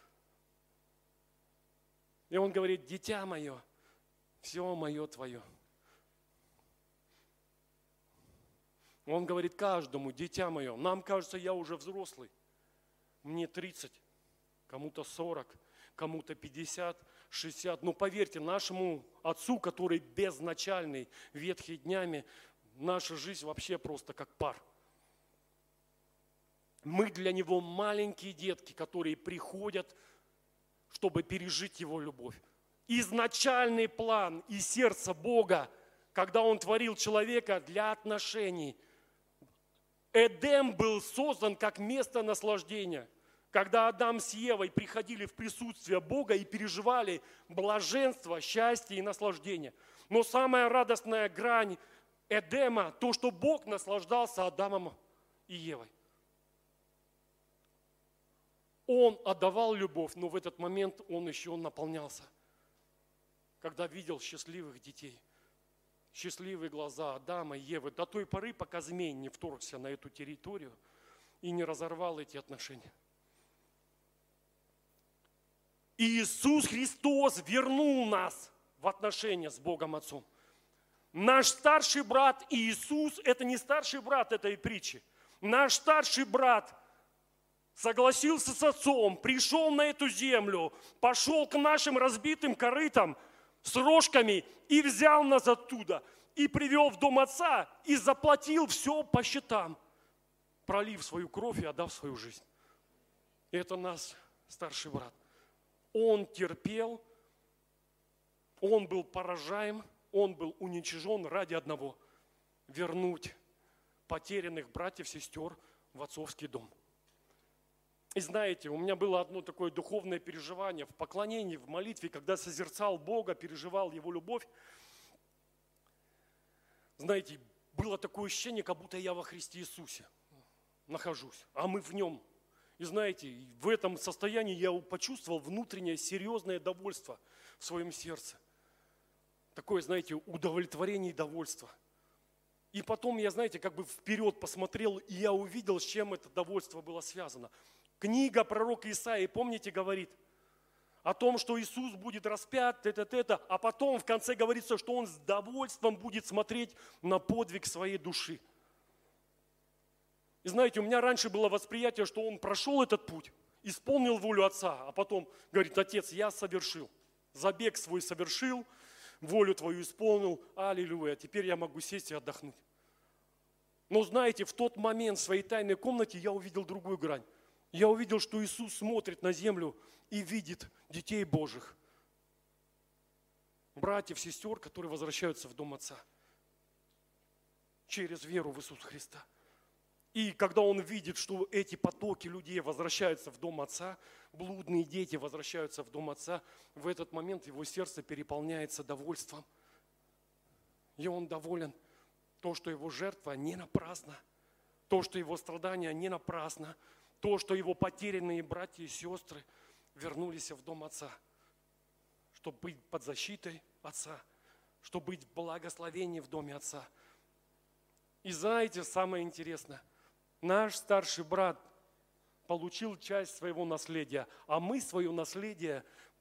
И Он говорит: дитя мое, все мое твое. Он говорит каждому: дитя мое. Нам кажется, я уже взрослый. Мне 30, кому-то 40, кому-то 50, 60. Но поверьте, нашему Отцу, который безначальный, ветхий днями, наша жизнь вообще просто как пар. Мы для Него маленькие детки, которые приходят, чтобы пережить Его любовь. Изначальный план и сердце Бога, когда Он творил человека для отношений. Эдем был создан как место наслаждения. Когда Адам с Евой приходили в присутствие Бога и переживали блаженство, счастье и наслаждение. Но самая радостная грань Эдема, то, что Бог наслаждался Адамом и Евой. Он отдавал любовь, но в этот момент он еще наполнялся. Когда видел счастливых детей, счастливые глаза Адама и Евы, до той поры, пока змей не вторгся на эту территорию и не разорвал эти отношения. Иисус Христос вернул нас в отношения с Богом Отцом. Наш старший брат Иисус, это не старший брат этой притчи. Наш старший брат согласился с Отцом, пришел на эту землю, пошел к нашим разбитым корытам с рожками и взял нас оттуда, и привел в дом Отца, и заплатил все по счетам, пролив свою кровь и отдав свою жизнь. Это наш старший брат. Он терпел, он был поражаем, он был уничижен ради одного – вернуть потерянных братьев, сестер в отцовский дом. И знаете, у меня было одно такое духовное переживание в поклонении, в молитве, когда созерцал Бога, переживал Его любовь. Знаете, было такое ощущение, как будто я во Христе Иисусе нахожусь, а мы в Нем. И знаете, в этом состоянии я почувствовал внутреннее серьезное довольство в своем сердце. Такое, знаете, удовлетворение и довольство. И потом я, знаете, как бы вперед посмотрел, и я увидел, с чем это довольство было связано. Книга пророка Исаии, помните, говорит о том, что Иисус будет распят, а потом в конце говорится, что Он с довольством будет смотреть на подвиг своей души. И знаете, у меня раньше было восприятие, что Он прошел этот путь, исполнил волю Отца, а потом говорит: Отец, я совершил, забег свой совершил, волю Твою исполнил, аллилуйя, теперь я могу сесть и отдохнуть. Но знаете, в тот момент в своей тайной комнате я увидел другую грань. Я увидел, что Иисус смотрит на землю и видит детей Божьих, братьев, сестер, которые возвращаются в дом Отца через веру в Иисуса Христа. И когда Он видит, что эти потоки людей возвращаются в дом Отца, блудные дети возвращаются в дом Отца, в этот момент его сердце переполняется довольством. И он доволен. То, что его жертва не напрасна, то, что его страдания не напрасно, то, что его потерянные братья и сестры вернулись в дом Отца, чтобы быть под защитой Отца, чтобы быть в благословении в доме Отца. И знаете, самое интересное, наш старший брат получил часть своего наследия, а мы свое наследие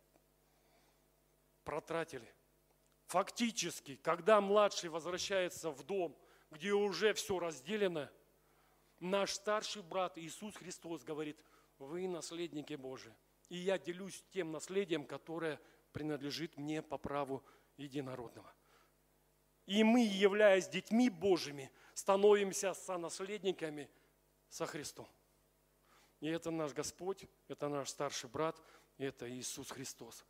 протратили. Фактически, когда младший возвращается в дом, где уже все разделено, наш старший брат Иисус Христос говорит: вы наследники Божии, и я делюсь тем наследием, которое принадлежит мне по праву единородного. И мы, являясь детьми Божьими, становимся сонаследниками со Христом. И это наш Господь, это наш старший брат, это Иисус Христос.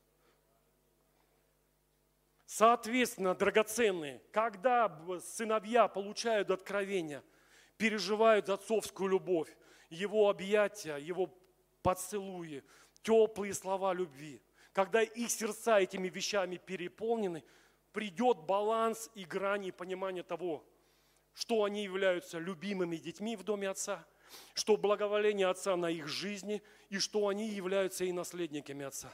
Соответственно, драгоценные, когда сыновья получают откровение, переживают отцовскую любовь, Его объятия, Его поцелуи, теплые слова любви, когда их сердца этими вещами переполнены, придет баланс и грани, и понимание того, что они являются любимыми детьми в доме Отца, что благоволение Отца на их жизни, и что они являются и наследниками Отца.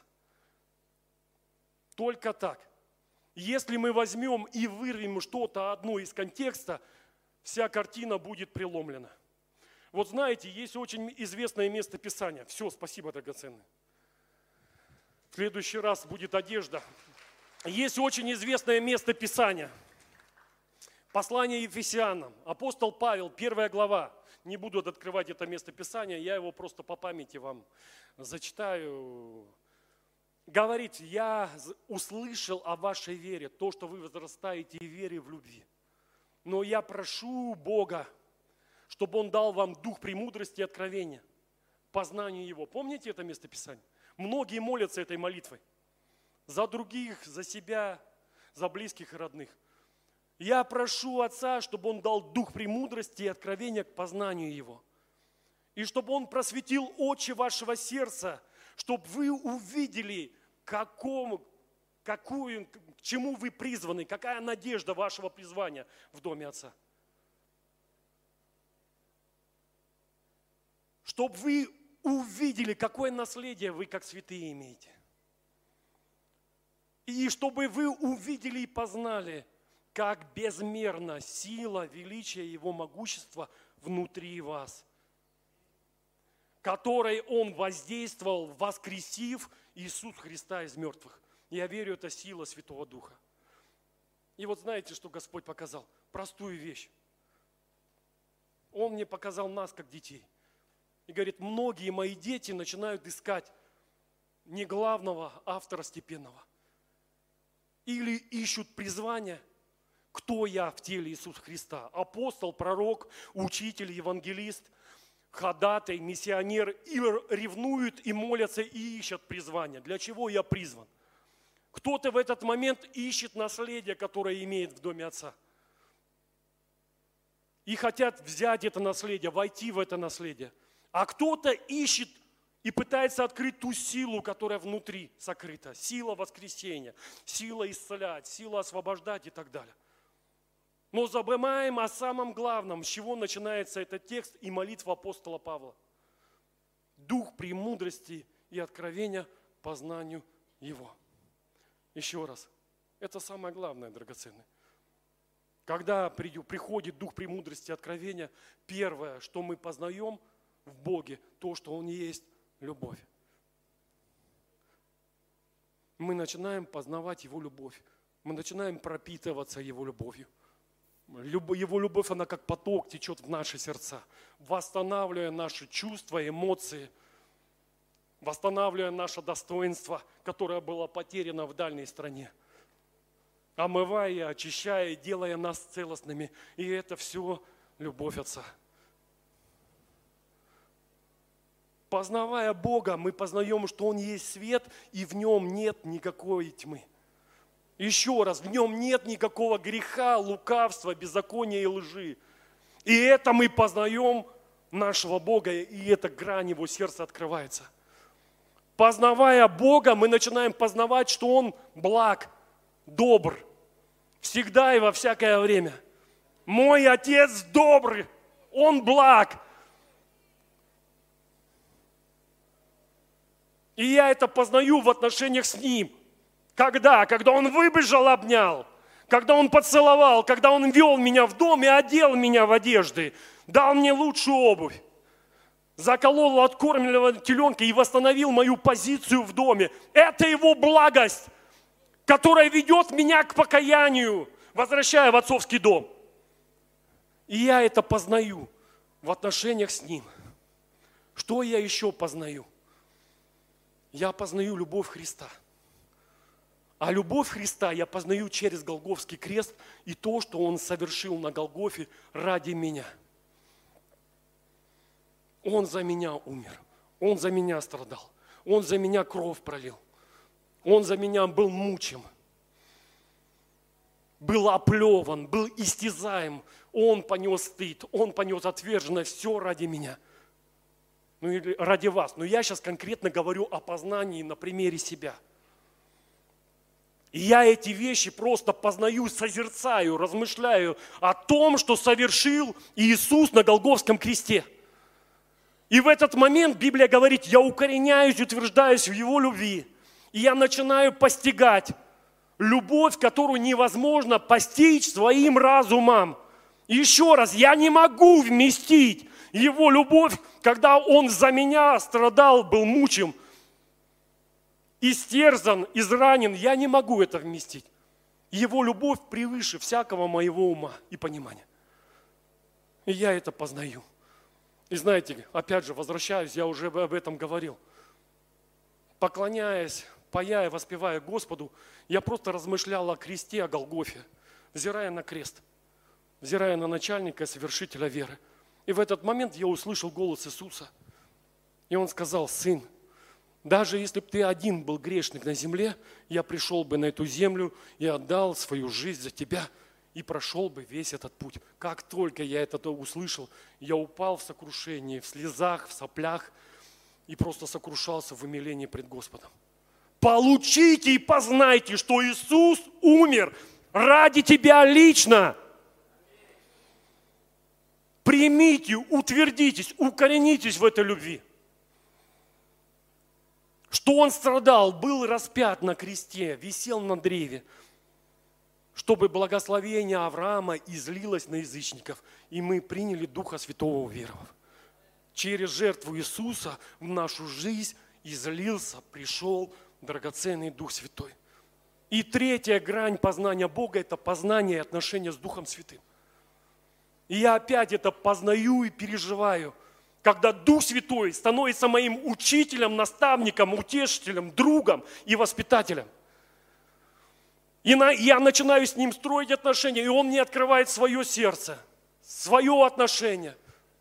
Только так. Если мы возьмем и вырвем что-то одно из контекста, вся картина будет преломлена. Вот знаете, есть очень известное место Писания. Все, спасибо, драгоценный. В следующий раз будет одежда. Есть очень известное место Писания. Послание Ефесянам. Апостол Павел, 1 глава. Не буду открывать это место Писания, я его просто по памяти вам зачитаю. Говорит: я услышал о вашей вере, то, что вы возрастаете в вере, в любви. Но я прошу Бога, чтобы Он дал вам дух премудрости и откровения, познанию Его. Помните это место Писания? Многие молятся этой молитвой. За других, за себя, за близких и родных. Я прошу Отца, чтобы Он дал дух премудрости и откровения к познанию Его. И чтобы Он просветил очи вашего сердца, чтобы вы увидели, к чему вы призваны, какая надежда вашего призвания в доме Отца. Чтобы вы увидели, какое наследие вы как святые имеете. И чтобы вы увидели и познали, как безмерна сила, величие Его могущества внутри вас, которой Он воздействовал, воскресив Иисуса Христа из мертвых. Я верю, это сила Святого Духа. И вот знаете, что Господь показал? Простую вещь. Он мне показал нас, как детей. И говорит, многие мои дети начинают искать не главного, а второстепенного. Или ищут призвание, кто я в теле Иисуса Христа. Апостол, пророк, учитель, евангелист, ходатай, миссионер. И ревнуют, и молятся, и ищут призвание. Для чего я призван? Кто-то в этот момент ищет наследие, которое имеет в доме Отца. И хотят взять это наследие, войти в это наследие. А кто-то ищет и пытается открыть ту силу, которая внутри сокрыта. Сила воскресения, сила исцелять, сила освобождать и так далее. Но забываем о самом главном, с чего начинается этот текст и молитва апостола Павла. Дух премудрости и откровения познанию Его. Еще раз, это самое главное, драгоценное. Когда приходит дух премудрости и откровения, первое, что мы познаем в Боге, то, что Он есть любовь. Мы начинаем познавать Его любовь. Мы начинаем пропитываться Его любовью. Его любовь, она как поток течет в наши сердца, восстанавливая наши чувства, эмоции, восстанавливая наше достоинство, которое было потеряно в дальней стране, омывая, очищая, делая нас целостными. И это все любовь Отца. Познавая Бога, мы познаем, что Он есть свет, и в Нем нет никакой тьмы. Еще раз, в Нем нет никакого греха, лукавства, беззакония и лжи. И это мы познаем нашего Бога, и эта грань Его сердца открывается. Познавая Бога, мы начинаем познавать, что Он благ, добр, всегда и во всякое время. Мой Отец добрый, Он благ. И я это познаю в отношениях с Ним. Когда? Когда Он выбежал, обнял, когда Он поцеловал, когда Он вел меня в дом и одел меня в одежды, дал мне лучшую обувь, заколол откормленного теленка и восстановил мою позицию в доме. Это Его благость, которая ведет меня к покаянию, возвращая в отцовский дом. И я это познаю в отношениях с Ним. Что я еще познаю? Я познаю любовь Христа. А любовь Христа я познаю через Голгофский крест и то, что Он совершил на Голгофе ради меня. Он за меня умер, Он за меня страдал, Он за меня кровь пролил, Он за меня был мучим, был оплеван, был истязаем, Он понес стыд, Он понес отверженность, все ради меня. Ну или ради вас. Но я сейчас конкретно говорю о познании на примере себя. И я эти вещи просто познаю, созерцаю, размышляю о том, что совершил Иисус на Голгофском кресте. И в этот момент Библия говорит, я укореняюсь, утверждаюсь в Его любви. И я начинаю постигать любовь, которую невозможно постичь своим разумом. И еще раз, я не могу вместить Его любовь, когда Он за меня страдал, был мучим, истерзан, изранен. Я не могу это вместить. Его любовь превыше всякого моего ума и понимания. И я это познаю. И знаете, опять же, возвращаюсь, я уже об этом говорил. Поклоняясь, пая и воспевая Господу, я просто размышлял о кресте, о Голгофе, взирая на крест, взирая на начальника и совершителя веры. И в этот момент я услышал голос Иисуса. И Он сказал: сын, даже если бы ты один был грешник на земле, я пришел бы на эту землю и отдал свою жизнь за тебя, и прошел бы весь этот путь. Как только я это услышал, я упал в сокрушении, в слезах, в соплях и просто сокрушался в умилении пред Господом. Получите и познайте, что Иисус умер ради тебя лично. Примите, утвердитесь, укоренитесь в этой любви. Что Он страдал, был распят на кресте, висел на древе, чтобы благословение Авраама излилось на язычников, и мы приняли Духа Святого уверовав. Через жертву Иисуса в нашу жизнь излился, пришел драгоценный Дух Святой. И третья грань познания Бога – это познание и отношения с Духом Святым. И я опять это познаю и переживаю, когда Дух Святой становится моим учителем, наставником, утешителем, другом и воспитателем. И я начинаю с Ним строить отношения, и Он мне открывает свое сердце, свое отношение.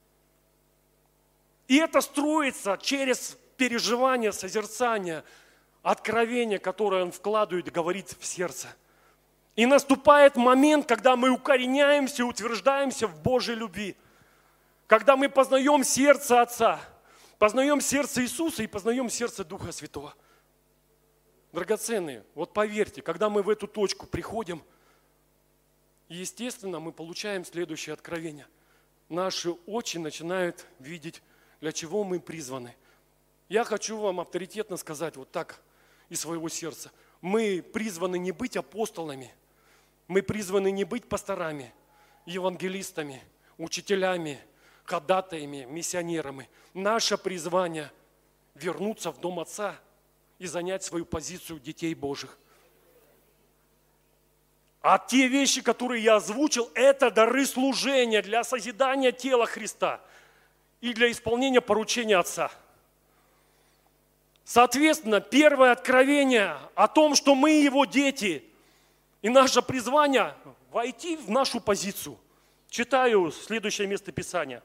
И это строится через переживание, созерцание, откровение, которое Он вкладывает и говорит в сердце. И наступает момент, когда мы укореняемся, утверждаемся в Божьей любви. Когда мы познаем сердце Отца, познаем сердце Иисуса и познаем сердце Духа Святого. Драгоценные, вот поверьте, когда мы в эту точку приходим, естественно, мы получаем следующее откровение. Наши очи начинают видеть, для чего мы призваны. Я хочу вам авторитетно сказать вот так из своего сердца. Мы призваны не быть апостолами, мы призваны не быть пасторами, евангелистами, учителями, ходатаями, миссионерами. Наше призвание – вернуться в дом Отца и занять свою позицию детей Божьих. А те вещи, которые я озвучил, это дары служения для созидания тела Христа и для исполнения поручения Отца. Соответственно, первое откровение о том, что мы Его дети, и наше призвание – войти в нашу позицию. Читаю следующее место Писания.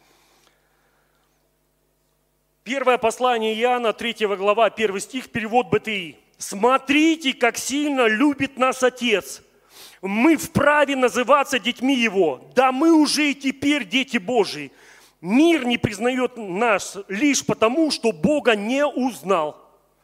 Первое послание Иоанна, 3 глава, 1 стих, перевод БТИ. «Смотрите, как сильно любит нас Отец. Мы вправе называться детьми Его. Да мы уже и теперь дети Божии. Мир не признает нас лишь потому, что Бога не узнал».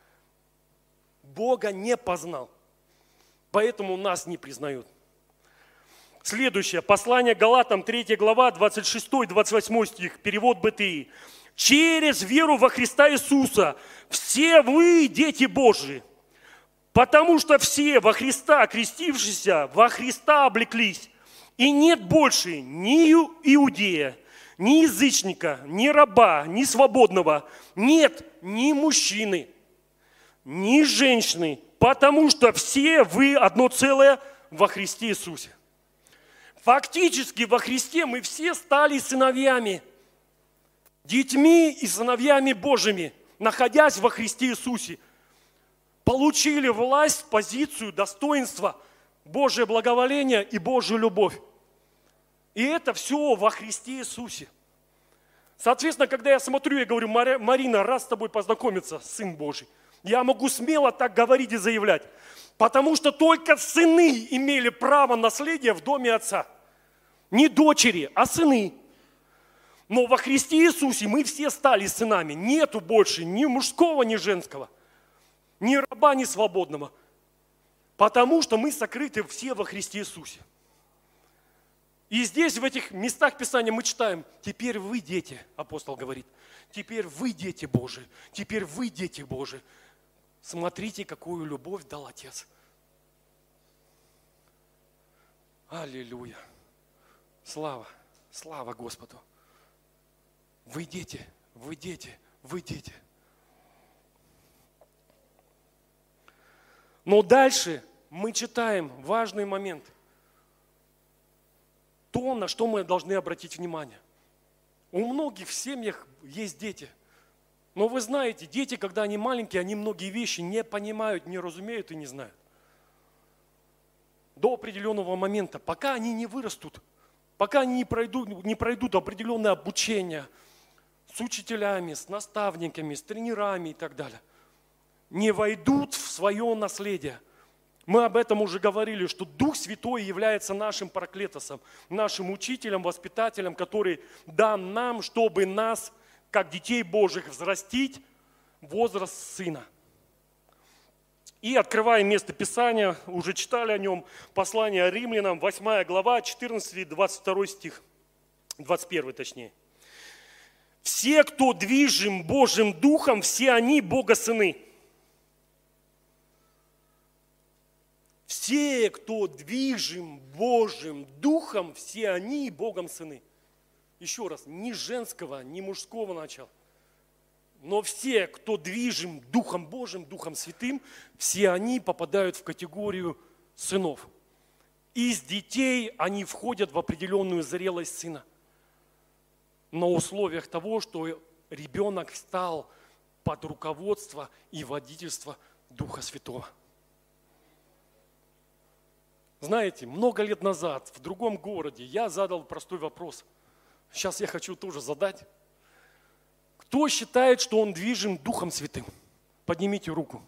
Бога не познал. Поэтому нас не признают. Следующее. Послание Галатам, 3 глава, 26-28 стих, перевод БТИ. «Через веру во Христа Иисуса все вы дети Божии, потому что все во Христа крестившиеся, во Христа облеклись, и нет больше ни иудея, ни язычника, ни раба, ни свободного, нет ни мужчины, ни женщины, потому что все вы одно целое во Христе Иисусе». Фактически во Христе мы все стали сыновьями, детьми и сыновьями Божьими, находясь во Христе Иисусе. Получили власть, позицию, достоинство, Божье благоволение и Божью любовь. И это все во Христе Иисусе. Соответственно, когда я смотрю, я говорю: Марина, рад с тобой познакомиться, Сын Божий. Я могу смело так говорить и заявлять. Потому что только сыны имели право наследия в доме Отца. Не дочери, а сыны. Но во Христе Иисусе мы все стали сынами. Нету больше ни мужского, ни женского. Ни раба, ни свободного. Потому что мы сокрыты все во Христе Иисусе. И здесь, в этих местах Писания мы читаем: теперь вы дети, апостол говорит, теперь вы дети Божии, теперь вы дети Божии. Смотрите, какую любовь дал Отец. Аллилуйя. Слава, слава Господу. Вы дети, вы дети, вы дети. Но дальше мы читаем важный момент. То, на что мы должны обратить внимание. У многих в семьях есть дети. Но вы знаете, дети, когда они маленькие, они многие вещи не понимают, не разумеют и не знают. До определенного момента, пока они не вырастут, пока они не пройдут определенное обучение с учителями, с наставниками, с тренерами и так далее, не войдут в свое наследие. Мы об этом уже говорили, что Дух Святой является нашим параклетосом, нашим учителем, воспитателем, который дан нам, чтобы нас, как детей Божьих, взрастить в возраст сына. И открывая место Писания, уже читали о нем, послание Римлянам, 8 глава, 14-22 стих, 21 точнее. «Все, кто движим Божьим Духом, все они Бога сыны». Все, кто движим Божьим Духом, все они Богом сыны. Еще раз, ни женского, ни мужского начала. Но все, кто движим Духом Божьим, Духом Святым, все они попадают в категорию сынов. Из детей они входят в определенную зрелость сына. На условиях того, что ребенок стал под руководство и водительство Духа Святого. Знаете, много лет назад в другом городе я задал простой вопрос. Сейчас я хочу тоже задать. Кто считает, что он движим Духом Святым? Поднимите руку.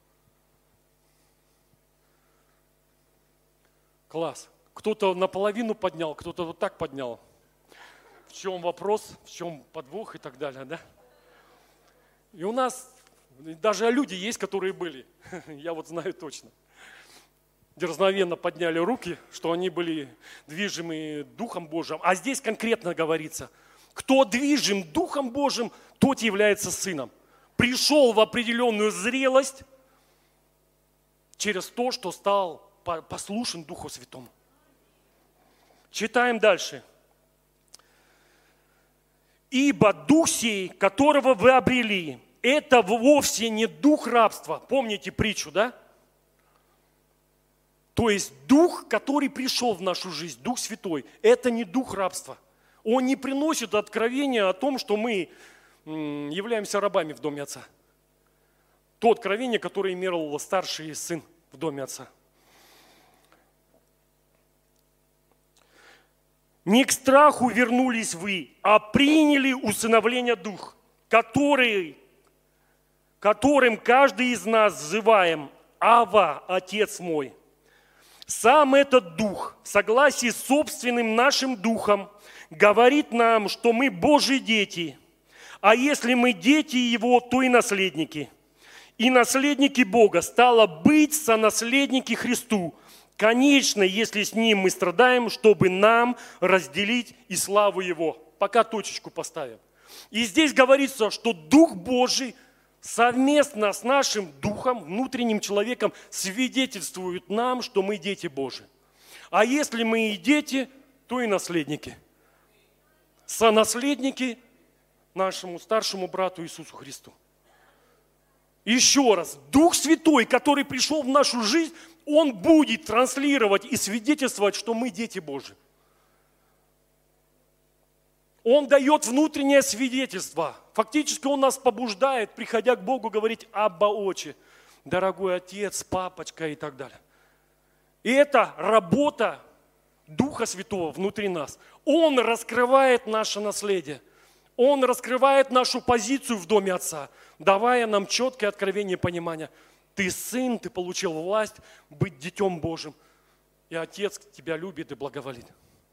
Класс. Кто-то наполовину поднял, кто-то вот так поднял. В чем вопрос, в чем подвох и так далее, да? И у нас даже люди есть, которые были. Я вот знаю точно. Дерзновенно подняли руки, что они были движимы Духом Божьим. А здесь конкретно говорится, кто движим Духом Божьим, тот является сыном. Пришел в определенную зрелость через то, что стал послушен Духу Святому. Читаем дальше. «Ибо Дух сей, которого вы обрели, это вовсе не дух рабства». Помните притчу, да? То есть Дух, который пришел в нашу жизнь, Дух Святой, это не дух рабства. Он не приносит откровения о том, что мы являемся рабами в доме Отца. То откровение, которое имел старший сын в доме Отца. Не к страху вернулись вы, а приняли усыновление Дух, которым каждый из нас взываем: «Ава, Отец мой». Сам этот Дух, в согласии с собственным нашим Духом, говорит нам, что мы Божьи дети. А если мы дети Его, то и наследники. И наследники Бога, стало быть, сонаследники Христу. Конечно, если с Ним мы страдаем, чтобы нам разделить и славу Его. Пока точечку поставим. И здесь говорится, что Дух Божий совместно с нашим духом, внутренним человеком, свидетельствует нам, что мы дети Божии. А если мы и дети, то и наследники. Сонаследники нашему старшему брату Иисусу Христу. Еще раз, Дух Святой, который пришел в нашу жизнь, Он будет транслировать и свидетельствовать, что мы дети Божии. Он дает внутреннее свидетельство. Фактически Он нас побуждает, приходя к Богу, говорить: «Абба, Отче, дорогой Отец, папочка» и так далее. И это работа Духа Святого внутри нас. Он раскрывает наше наследие. Он раскрывает нашу позицию в доме Отца, давая нам четкое откровение и понимание. Ты сын, ты получил власть быть детем Божьим. И Отец тебя любит и благоволит.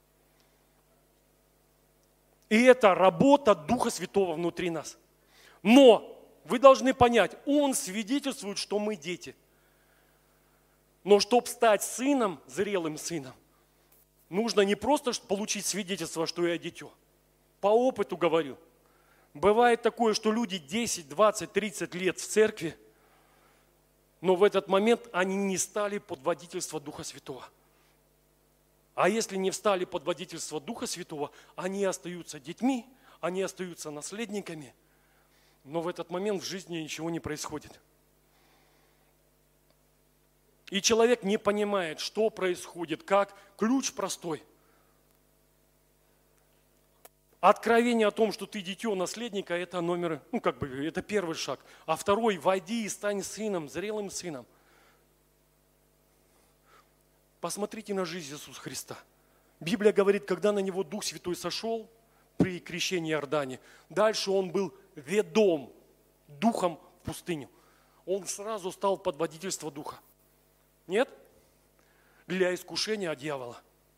И это работа Духа Святого внутри нас. Но вы должны понять, Он свидетельствует, что мы дети. Но чтобы стать сыном, зрелым сыном, нужно не просто получить свидетельство, что я дитё. По опыту говорю. Бывает такое, что люди 10, 20, 30 лет в церкви, но в этот момент они не стали под водительство Духа Святого. А если не встали под водительство Духа Святого, они остаются детьми, они остаются наследниками, но в этот момент в жизни ничего не происходит. И человек не понимает, что происходит, как. Ключ простой. Откровение о том, что ты дитё наследника, это это первый шаг. А второй, войди и стань сыном, зрелым сыном. Посмотрите на жизнь Иисуса Христа. Библия говорит, когда на него Дух Святой сошел при крещении Иордане, дальше он был ведом Духом в пустыню. Он сразу стал под водительство Духа. Нет? Для искушения от дьявола.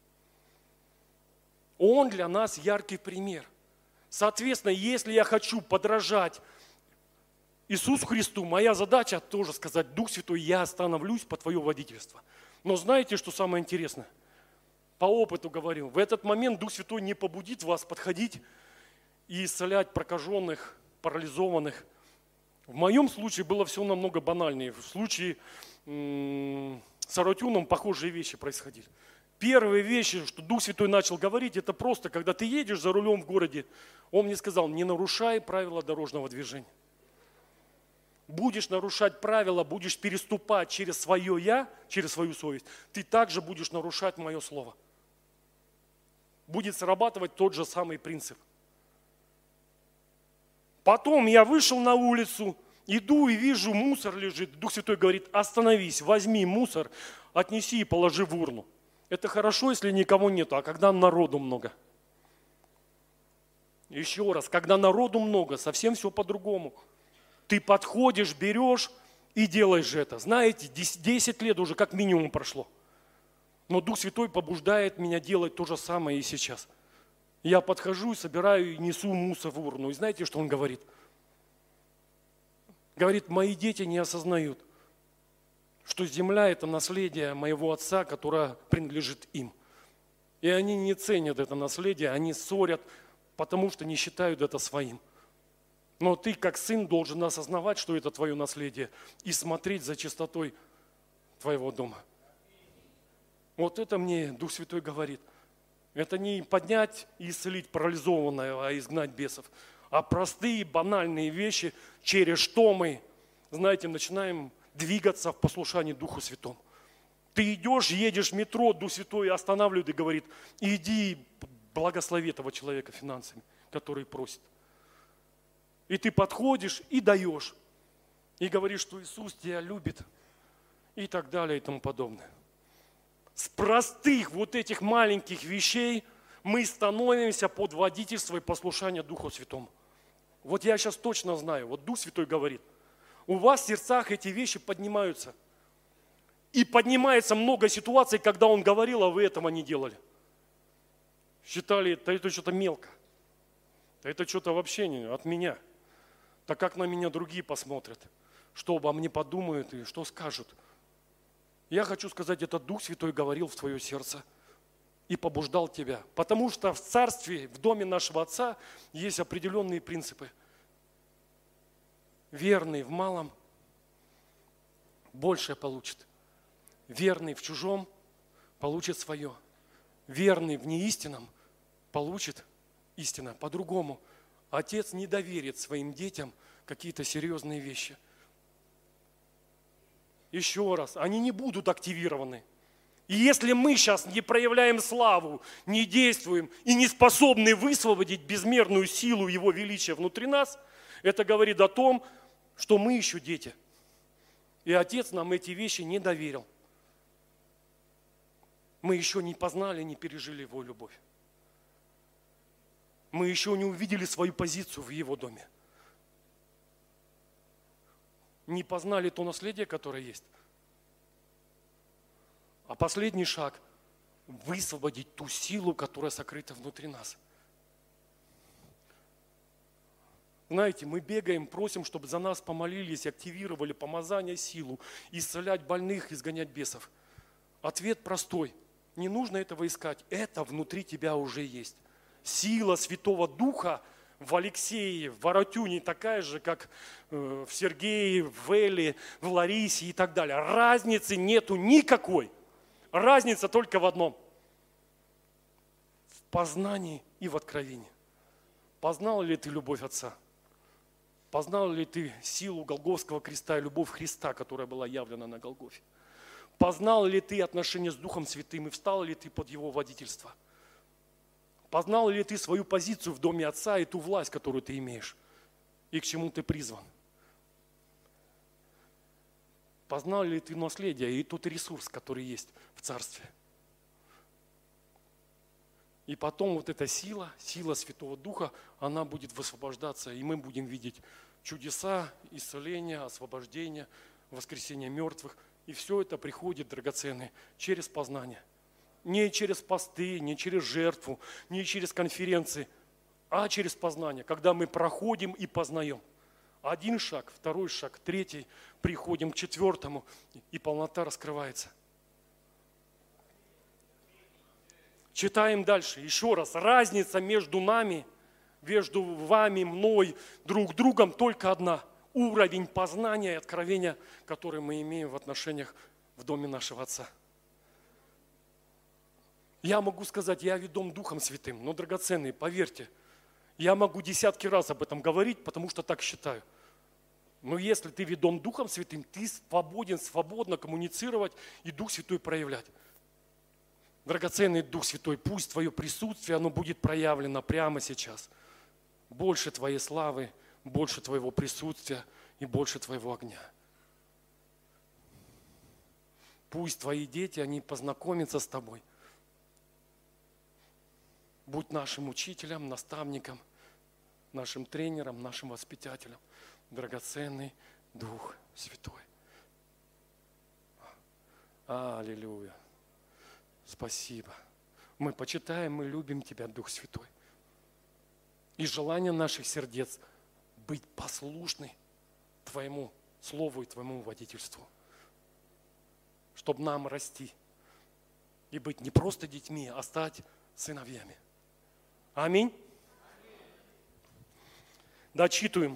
Он для нас яркий пример. Соответственно, если я хочу подражать Иисусу Христу, моя задача тоже сказать: Дух Святой, я остановлюсь под Твое водительство. Но знаете, что самое интересное? По опыту говорю, в этот момент Дух Святой не побудит вас подходить и исцелять прокаженных, парализованных. В моем случае было все намного банальнее. В случае с Арутюном похожие вещи происходили. Первые вещи, что Дух Святой начал говорить, это просто, когда ты едешь за рулем в городе, Он мне сказал: не нарушай правила дорожного движения. Будешь нарушать правила, будешь переступать через свое «я», через свою совесть, ты также будешь нарушать мое слово. Будет срабатывать тот же самый принцип. Потом я вышел на улицу, иду и вижу, мусор лежит. Дух Святой говорит: остановись, возьми мусор, отнеси и положи в урну. Это хорошо, если никого нету, а когда народу много? Еще раз, когда народу много, совсем все по-другому. Ты подходишь, берешь и делаешь это. Знаете, 10 лет уже как минимум прошло. Но Дух Святой побуждает меня делать то же самое и сейчас. Я подхожу, собираю и несу мусор в урну. И знаете, что Он говорит? Говорит: мои дети не осознают, что земля – это наследие моего отца, которое принадлежит им. И они не ценят это наследие, они ссорят, потому что не считают это своим. Но ты, как сын, должен осознавать, что это твое наследие, и смотреть за чистотой твоего дома. Вот это мне Дух Святой говорит. Это не поднять и исцелить парализованного, а изгнать бесов, а простые, банальные вещи, через что мы, знаете, начинаем двигаться в послушании Духу Святому. Ты идешь, едешь в метро, Дух Святой останавливает и говорит: иди, благослови этого человека финансами, который просит. И ты подходишь и даешь. И говоришь, что Иисус тебя любит. И так далее, и тому подобное. С простых вот этих маленьких вещей мы становимся под водительство и послушание Духу Святому. Вот я сейчас точно знаю, вот Дух Святой говорит: у вас в сердцах эти вещи поднимаются. И поднимается много ситуаций, когда Он говорил, а вы этого не делали. Считали, да это что-то мелко. Да это что-то вообще не от меня. Так как на меня другие посмотрят? Что обо мне подумают и что скажут? Я хочу сказать, это Дух Святой говорил в твое сердце и побуждал тебя. Потому что в царстве, в доме нашего Отца есть определенные принципы. Верный в малом большее получит. Верный в чужом получит свое. Верный в неистинном получит истинно. По-другому отец не доверит своим детям какие-то серьезные вещи. Еще раз, они не будут активированы. И если мы сейчас не проявляем славу, не действуем и не способны высвободить безмерную силу Его величия внутри нас, это говорит о том, что мы еще дети. И Отец нам эти вещи не доверил. Мы еще не познали, не пережили Его любовь. Мы еще не увидели свою позицию в Его доме. Не познали то наследие, которое есть. А последний шаг – высвободить ту силу, которая сокрыта внутри нас. Знаете, мы бегаем, просим, чтобы за нас помолились, активировали помазание, силу, исцелять больных, изгонять бесов. Ответ простой. Не нужно этого искать. Это внутри тебя уже есть. Сила Святого Духа в Алексее, в Воротюне такая же, как в Сергее, в Эле, в Ларисе и так далее. Разницы нету никакой. Разница только в одном. В познании и в откровении. Познал ли ты любовь Отца? Познал ли ты силу Голгофского креста и любовь Христа, которая была явлена на Голгофе? Познал ли ты отношения с Духом Святым и встал ли ты под Его водительство? Познал ли ты свою позицию в доме Отца и ту власть, которую ты имеешь? И к чему ты призван? Познал ли ты наследие и тот ресурс, который есть в Царстве? И потом вот эта сила Святого Духа, она будет высвобождаться, и мы будем видеть чудеса, исцеления, освобождения, воскресения мертвых. И все это приходит, драгоценные, через познание. Не через посты, не через жертву, не через конференции, а через познание, когда мы проходим и познаем. Один шаг, второй шаг, третий, приходим к четвертому, и полнота раскрывается. Читаем дальше. Еще раз. Разница между нами, между вами, мной, друг другом только одна. Уровень познания и откровения, который мы имеем в отношениях в доме нашего Отца. Я могу сказать, я ведом Духом Святым, но, драгоценные, поверьте, я могу десятки раз об этом говорить, потому что так считаю. Но если ты ведом Духом Святым, ты свободен, свободно коммуницировать и Дух Святой проявлять. Драгоценный Дух Святой, пусть Твое присутствие, оно будет проявлено прямо сейчас. Больше Твоей славы, больше Твоего присутствия и больше Твоего огня. Пусть Твои дети, они познакомятся с Тобой. Будь нашим учителем, наставником, нашим тренером, нашим воспитателем. Драгоценный Дух Святой. Аллилуйя. Спасибо. Мы почитаем, мы любим Тебя, Дух Святой. И желание наших сердец быть послушны Твоему Слову и Твоему водительству. Чтобы нам расти и быть не просто детьми, а стать сыновьями. Аминь. Дочитываем.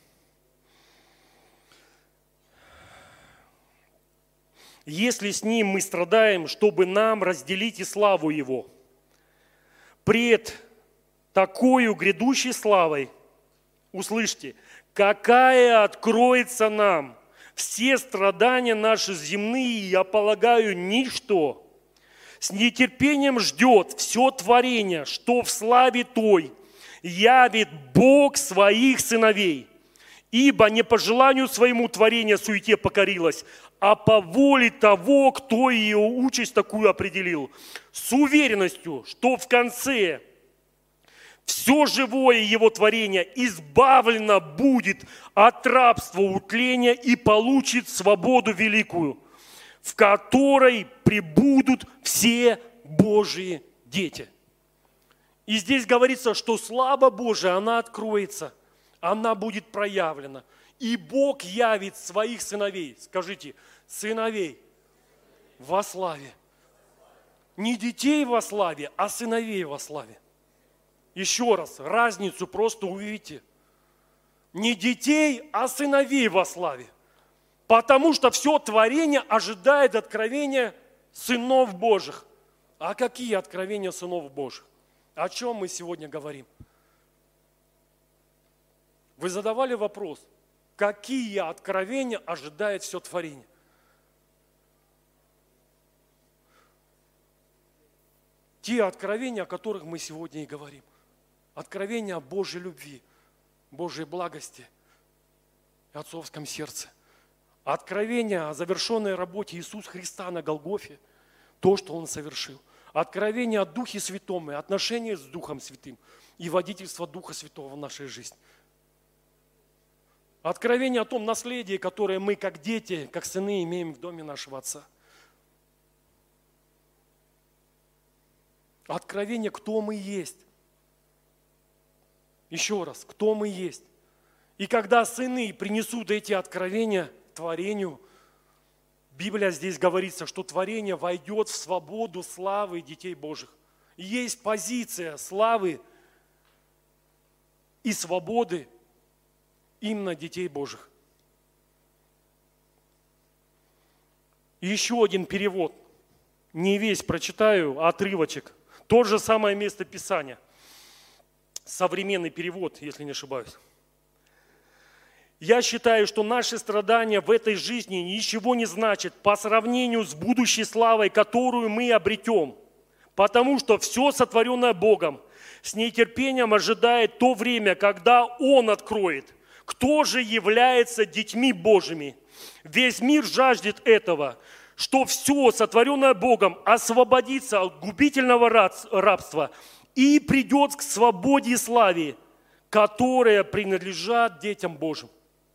Если с Ним мы страдаем, чтобы нам разделить и славу Его. Пред такою грядущей славой, услышьте, какая откроется нам, все страдания наши земные, я полагаю, ничто. С нетерпением ждет все творение, что в славе той явит Бог своих сыновей. Ибо не по желанию своему творение суете покорилось, а по воле того, кто ее участь такую определил. С уверенностью, что в конце все живое его творение избавлено будет от рабства утления и получит свободу великую, в которой пребудут все Божьи дети. И здесь говорится, что слава Божия, она откроется, она будет проявлена. И Бог явит своих сыновей, скажите, сыновей во славе. Не детей во славе, а сыновей во славе. Еще раз, разницу просто увидите. Не детей, а сыновей во славе. Потому что все творение ожидает откровения сынов Божьих. А какие откровения сынов Божьих? О чем мы сегодня говорим? Вы задавали вопрос, какие откровения ожидает все творение? Те откровения, о которых мы сегодня и говорим. Откровения о Божьей любви, Божьей благости и отцовском сердце. Откровения о завершенной работе Иисуса Христа на Голгофе, то, что Он совершил. Откровения о Духе Святом и отношения с Духом Святым и водительство Духа Святого в нашей жизни. Откровение о том наследии, которое мы, как дети, как сыны, имеем в доме нашего Отца. Откровение, кто мы есть. Еще раз, кто мы есть. И когда сыны принесут эти откровения творению, Библия здесь говорится, что творение войдет в свободу славы детей Божьих. И есть позиция славы и свободы именно детей Божьих. И еще один перевод. Не весь прочитаю, а отрывочек. То же самое место Писания. Современный перевод, если не ошибаюсь. Я считаю, что наши страдания в этой жизни ничего не значат по сравнению с будущей славой, которую мы обретем. Потому что все сотворенное Богом с нетерпением ожидает то время, когда Он откроет, кто же является детьми Божьими. Весь мир жаждет этого, что все сотворенное Богом освободится от губительного рабства и придет к свободе и славе, которая принадлежат детям Божьим.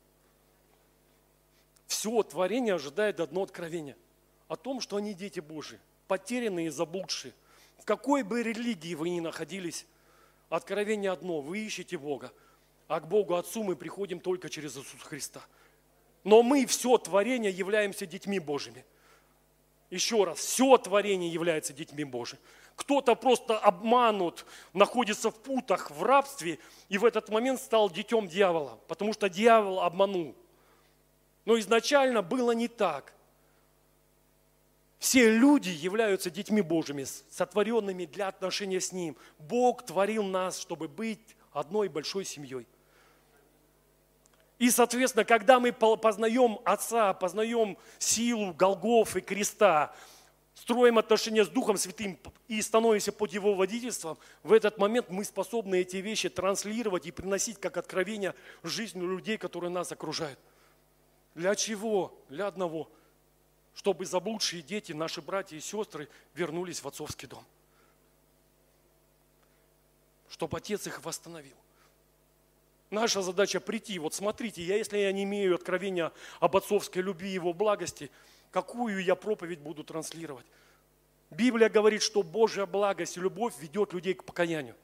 Все творение ожидает одно откровение о том, что они дети Божьи, потерянные и заблудшие. В какой бы религии вы ни находились, откровение одно – вы ищете Бога, а к Богу Отцу мы приходим только через Иисуса Христа. Но мы, все творение, являемся детьми Божьими. Еще раз, все творение является детьми Божьими. Кто-то просто обманут, находится в путах, в рабстве, и в этот момент стал детем дьявола, потому что дьявол обманул. Но изначально было не так. Все люди являются детьми Божьими, сотворенными для отношения с Ним. Бог творил нас, чтобы быть одной большой семьей. И, соответственно, когда мы познаем Отца, познаем силу Голгофы, креста, строим отношения с Духом Святым и становимся под Его водительством, в этот момент мы способны эти вещи транслировать и приносить как откровение в жизнь людей, которые нас окружают. Для чего? Для одного. Чтобы заблудшие дети, наши братья и сестры вернулись в отцовский дом. Чтобы Отец их восстановил. Наша задача прийти. Вот смотрите, если я не имею откровения об отцовской любви и Его благости, какую я проповедь буду транслировать? Библия говорит, что Божья благость и любовь ведет людей к покаянию.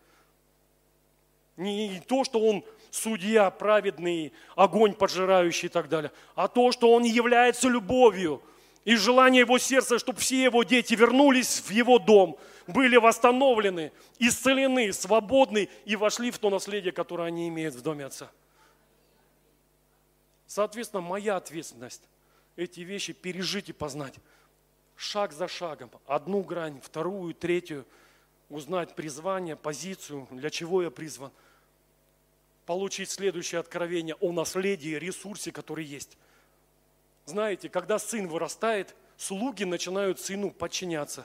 Не то, что Он судья праведный, огонь поджирающий и так далее, а то, что Он является любовью. И желание Его сердца, чтобы все Его дети вернулись в Его дом, были восстановлены, исцелены, свободны и вошли в то наследие, которое они имеют в доме Отца. Соответственно, моя ответственность эти вещи пережить и познать. Шаг за шагом, одну грань, вторую, третью, узнать призвание, позицию, для чего я призван. Получить следующее откровение о наследии, ресурсе, который есть. Знаете, когда сын вырастает, слуги начинают сыну подчиняться.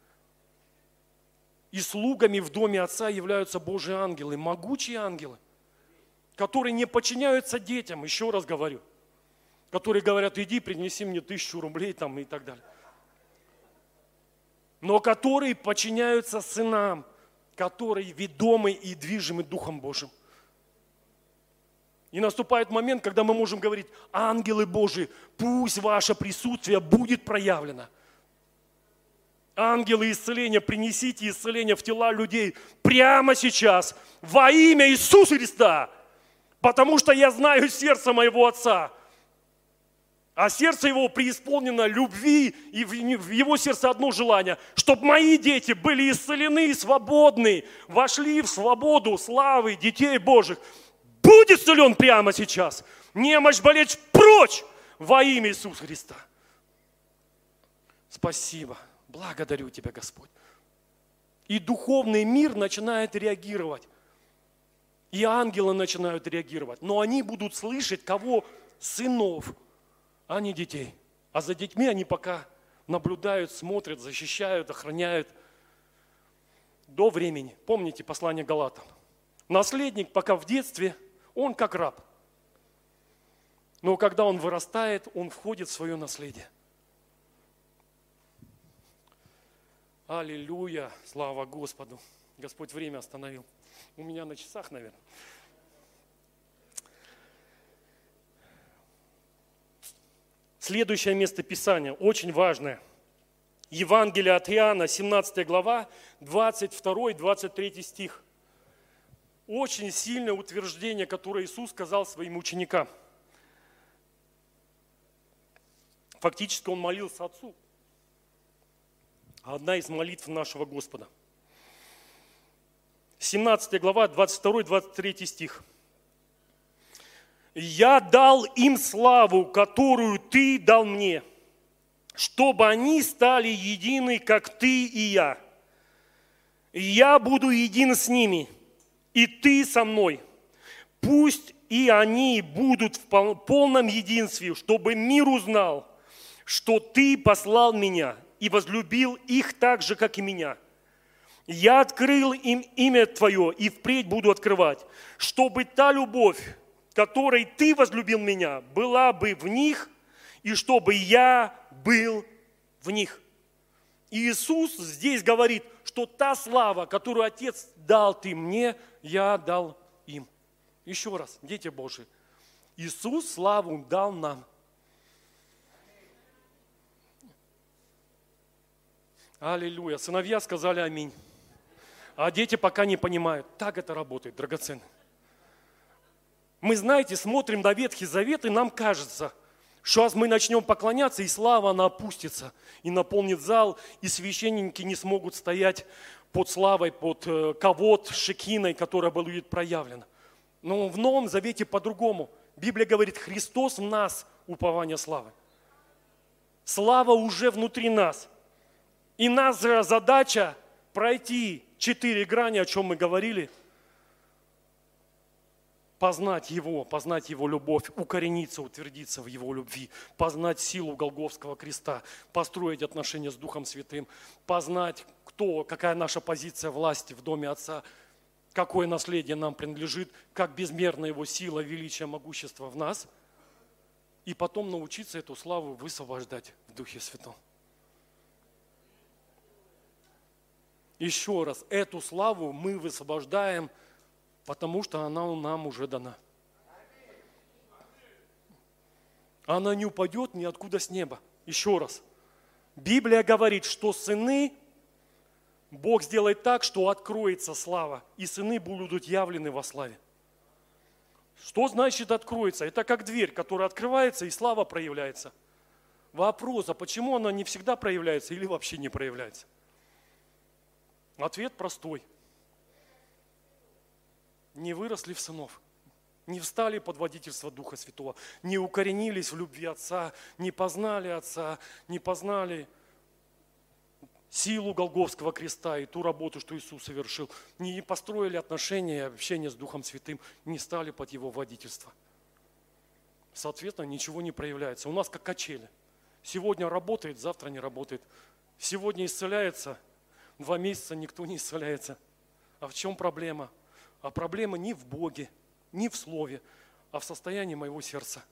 И слугами в доме Отца являются Божьи ангелы, могучие ангелы, которые не подчиняются детям, еще раз говорю, которые говорят: иди, принеси мне 1000 рублей там, и так далее. Но которые подчиняются сынам, которые ведомы и движимы Духом Божьим. И наступает момент, когда мы можем говорить: ангелы Божьи, пусть ваше присутствие будет проявлено. Ангелы исцеления, принесите исцеление в тела людей прямо сейчас во имя Иисуса Христа. Потому что я знаю сердце моего Отца. А сердце Его преисполнено любви, и в Его сердце одно желание, чтобы мои дети были исцелены и свободны, вошли в свободу славы детей Божьих. Будь исцелен прямо сейчас. Немощь, болеть прочь во имя Иисуса Христа. Спасибо. Благодарю Тебя, Господь. И духовный мир начинает реагировать. И ангелы начинают реагировать. Но они будут слышать кого? Сынов, а не детей. А за детьми они пока наблюдают, смотрят, защищают, охраняют. До времени. Помните послание Галатам? Наследник пока в детстве, он как раб. Но когда он вырастает, он входит в свое наследие. Аллилуйя! Слава Господу! Господь время остановил. У меня на часах, наверное. Следующее место Писания, очень важное. Евангелие от Иоанна, 17 глава, 22-23 стих. очень сильное утверждение, которое Иисус сказал своим ученикам. Фактически Он молился Отцу. Одна из молитв нашего Господа. 17 глава, 22-23 стих. «Я дал им славу, которую Ты дал мне, чтобы они стали едины, как Ты и я. И я буду един с ними, и Ты со мной. Пусть и они будут в полном единстве, чтобы мир узнал, что Ты послал меня и возлюбил их так же, как и меня. Я открыл им имя Твое и впредь буду открывать, чтобы та любовь, которой Ты возлюбил меня, была бы в них, и чтобы я был в них». И Иисус здесь говорит, что та слава, которую Отец дал Ты мне, я дал им. Еще раз, дети Божии, Иисус славу дал нам. Аллилуйя. Сыновья сказали аминь. А дети пока не понимают. Так это работает, драгоценные. Мы, знаете, смотрим на Ветхий Завет, и нам кажется, что раз мы начнем поклоняться, и слава, она опустится, и наполнит зал, и священники не смогут стоять под славой, под кавод, шекиной, которая будет проявлена. Но в Новом Завете по-другому. Библия говорит, Христос в нас, упование славы. Слава уже внутри нас. И наша задача пройти 4 грани, о чем мы говорили, познать Его любовь, укорениться, утвердиться в Его любви, познать силу Голгофского креста, построить отношения с Духом Святым, познать, какая наша позиция власти в Доме Отца, какое наследие нам принадлежит, как безмерна Его сила, величие, могущество в нас, и потом научиться эту славу высвобождать в Духе Святом. Еще раз, эту славу мы высвобождаем, потому что она нам уже дана. Она не упадет ниоткуда с неба. Еще раз. Библия говорит, что сыны, Бог сделает так, что откроется слава, и сыны будут явлены во славе. Что значит откроется? Это как дверь, которая открывается, и слава проявляется. Вопрос, а почему она не всегда проявляется или вообще не проявляется? Ответ простой. Не выросли в сынов, не встали под водительство Духа Святого, не укоренились в любви Отца, не познали Отца, не познали силу Голгофского креста и ту работу, что Иисус совершил, не построили отношения и общение с Духом Святым, не стали под Его водительство. Соответственно, ничего не проявляется. У нас как качели. Сегодня работает, завтра не работает. Сегодня исцеляется, 2 месяца никто не исцеляется. А в чем проблема? А проблема не в Боге, не в Слове, а в состоянии моего сердца.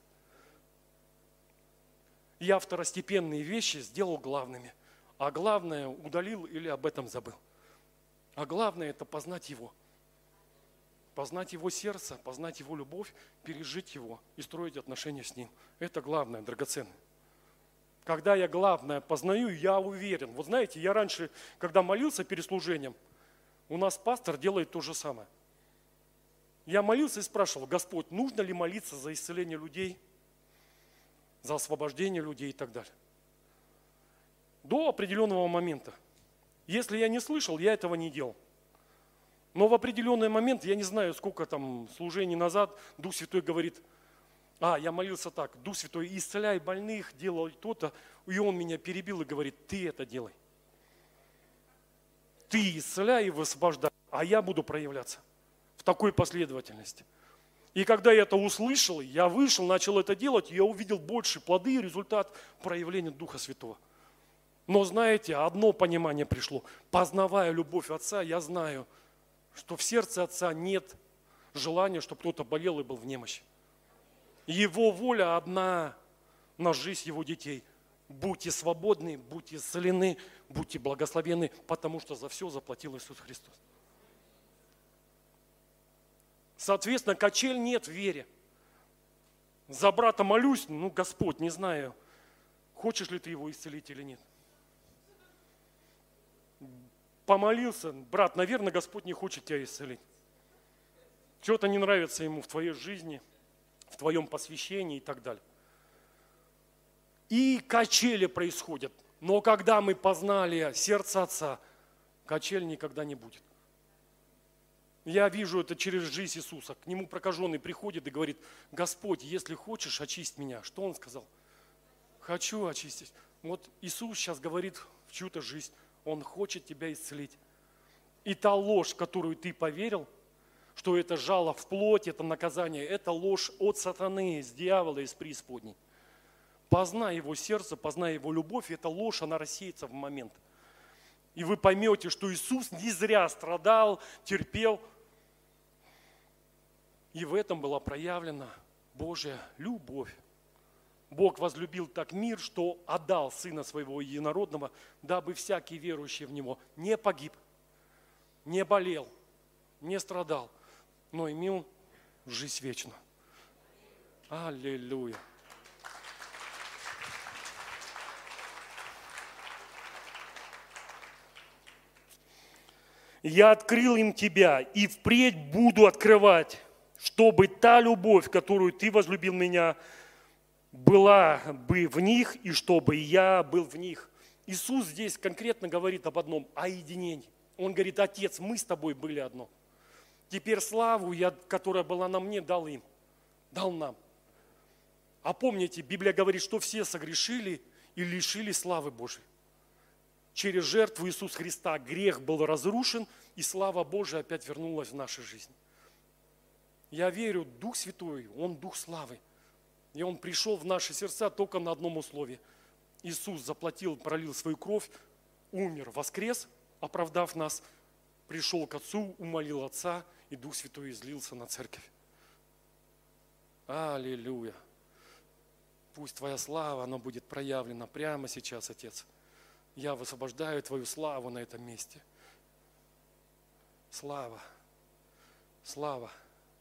Я второстепенные вещи сделал главными, а главное удалил или об этом забыл. А главное – это познать Его. Познать Его сердце, познать Его любовь, пережить Его и строить отношения с Ним. Это главное, драгоценное. Когда я главное познаю, я уверен. Вот знаете, я раньше, когда молился перед служением, у нас пастор делает то же самое. Я молился и спрашивал: Господь, нужно ли молиться за исцеление людей, за освобождение людей и так далее. До определенного момента. Если я не слышал, я этого не делал. Но в определенный момент, я не знаю, сколько там служений назад, Дух Святой говорит: я молился так, Дух Святой, исцеляй больных, делай то-то, и Он меня перебил и говорит: ты это делай. Ты исцеляй и высвобождай, а я буду проявляться в такой последовательности. И когда я это услышал, я вышел, начал это делать, и я увидел больше плоды и результат проявления Духа Святого. Но знаете, одно понимание пришло. Познавая любовь Отца, я знаю, что в сердце Отца нет желания, чтобы кто-то болел и был в немощи. Его воля одна на жизнь Его детей. Будьте свободны, будьте исцелены, будьте благословенны, потому что за все заплатил Иисус Христос. Соответственно, качель нет в вере. За брата молюсь, Господь, не знаю, хочешь ли ты его исцелить или нет. Помолился, брат, наверное, Господь не хочет тебя исцелить. Что-то не нравится ему в твоей жизни, в твоем посвящении и так далее. И качели происходят. Но когда мы познали сердце Отца, качель никогда не будет. Я вижу это через жизнь Иисуса. К Нему прокаженный приходит и говорит: Господь, если хочешь, очисть меня. Что Он сказал? Хочу очистить. Вот Иисус сейчас говорит в чью-то жизнь. Он хочет тебя исцелить. И та ложь, в которую ты поверил, что это жало в плоть, это наказание, это ложь от сатаны, с дьявола, из преисподней. Познай его сердце, познай его любовь, и эта ложь, она рассеется в момент. И вы поймете, что Иисус не зря страдал, терпел. И в этом была проявлена Божья любовь. Бог возлюбил так мир, что отдал Сына Своего Единородного, дабы всякий верующий в Него не погиб, не болел, не страдал, но имел жизнь вечную. Аллилуйя. Я открыл им тебя и впредь буду открывать, чтобы та любовь, которую ты возлюбил меня, была бы в них, и чтобы я был в них. Иисус здесь конкретно говорит об одном, о единении. Он говорит: Отец, мы с тобой были одно. Теперь славу, которая была на мне, дал им, дал нам. А помните, Библия говорит, что все согрешили и лишили славы Божией. Через жертву Иисуса Христа грех был разрушен, и слава Божия опять вернулась в нашу жизнь. Я верю, Дух Святой, Он Дух славы. И Он пришел в наши сердца только на одном условии. Иисус заплатил, пролил свою кровь, умер, воскрес, оправдав нас, пришел к Отцу, умолил Отца, и Дух Святой излился на церковь. Аллилуйя! Пусть Твоя слава, она будет проявлена прямо сейчас, Отец. Я высвобождаю Твою славу на этом месте. Слава, слава,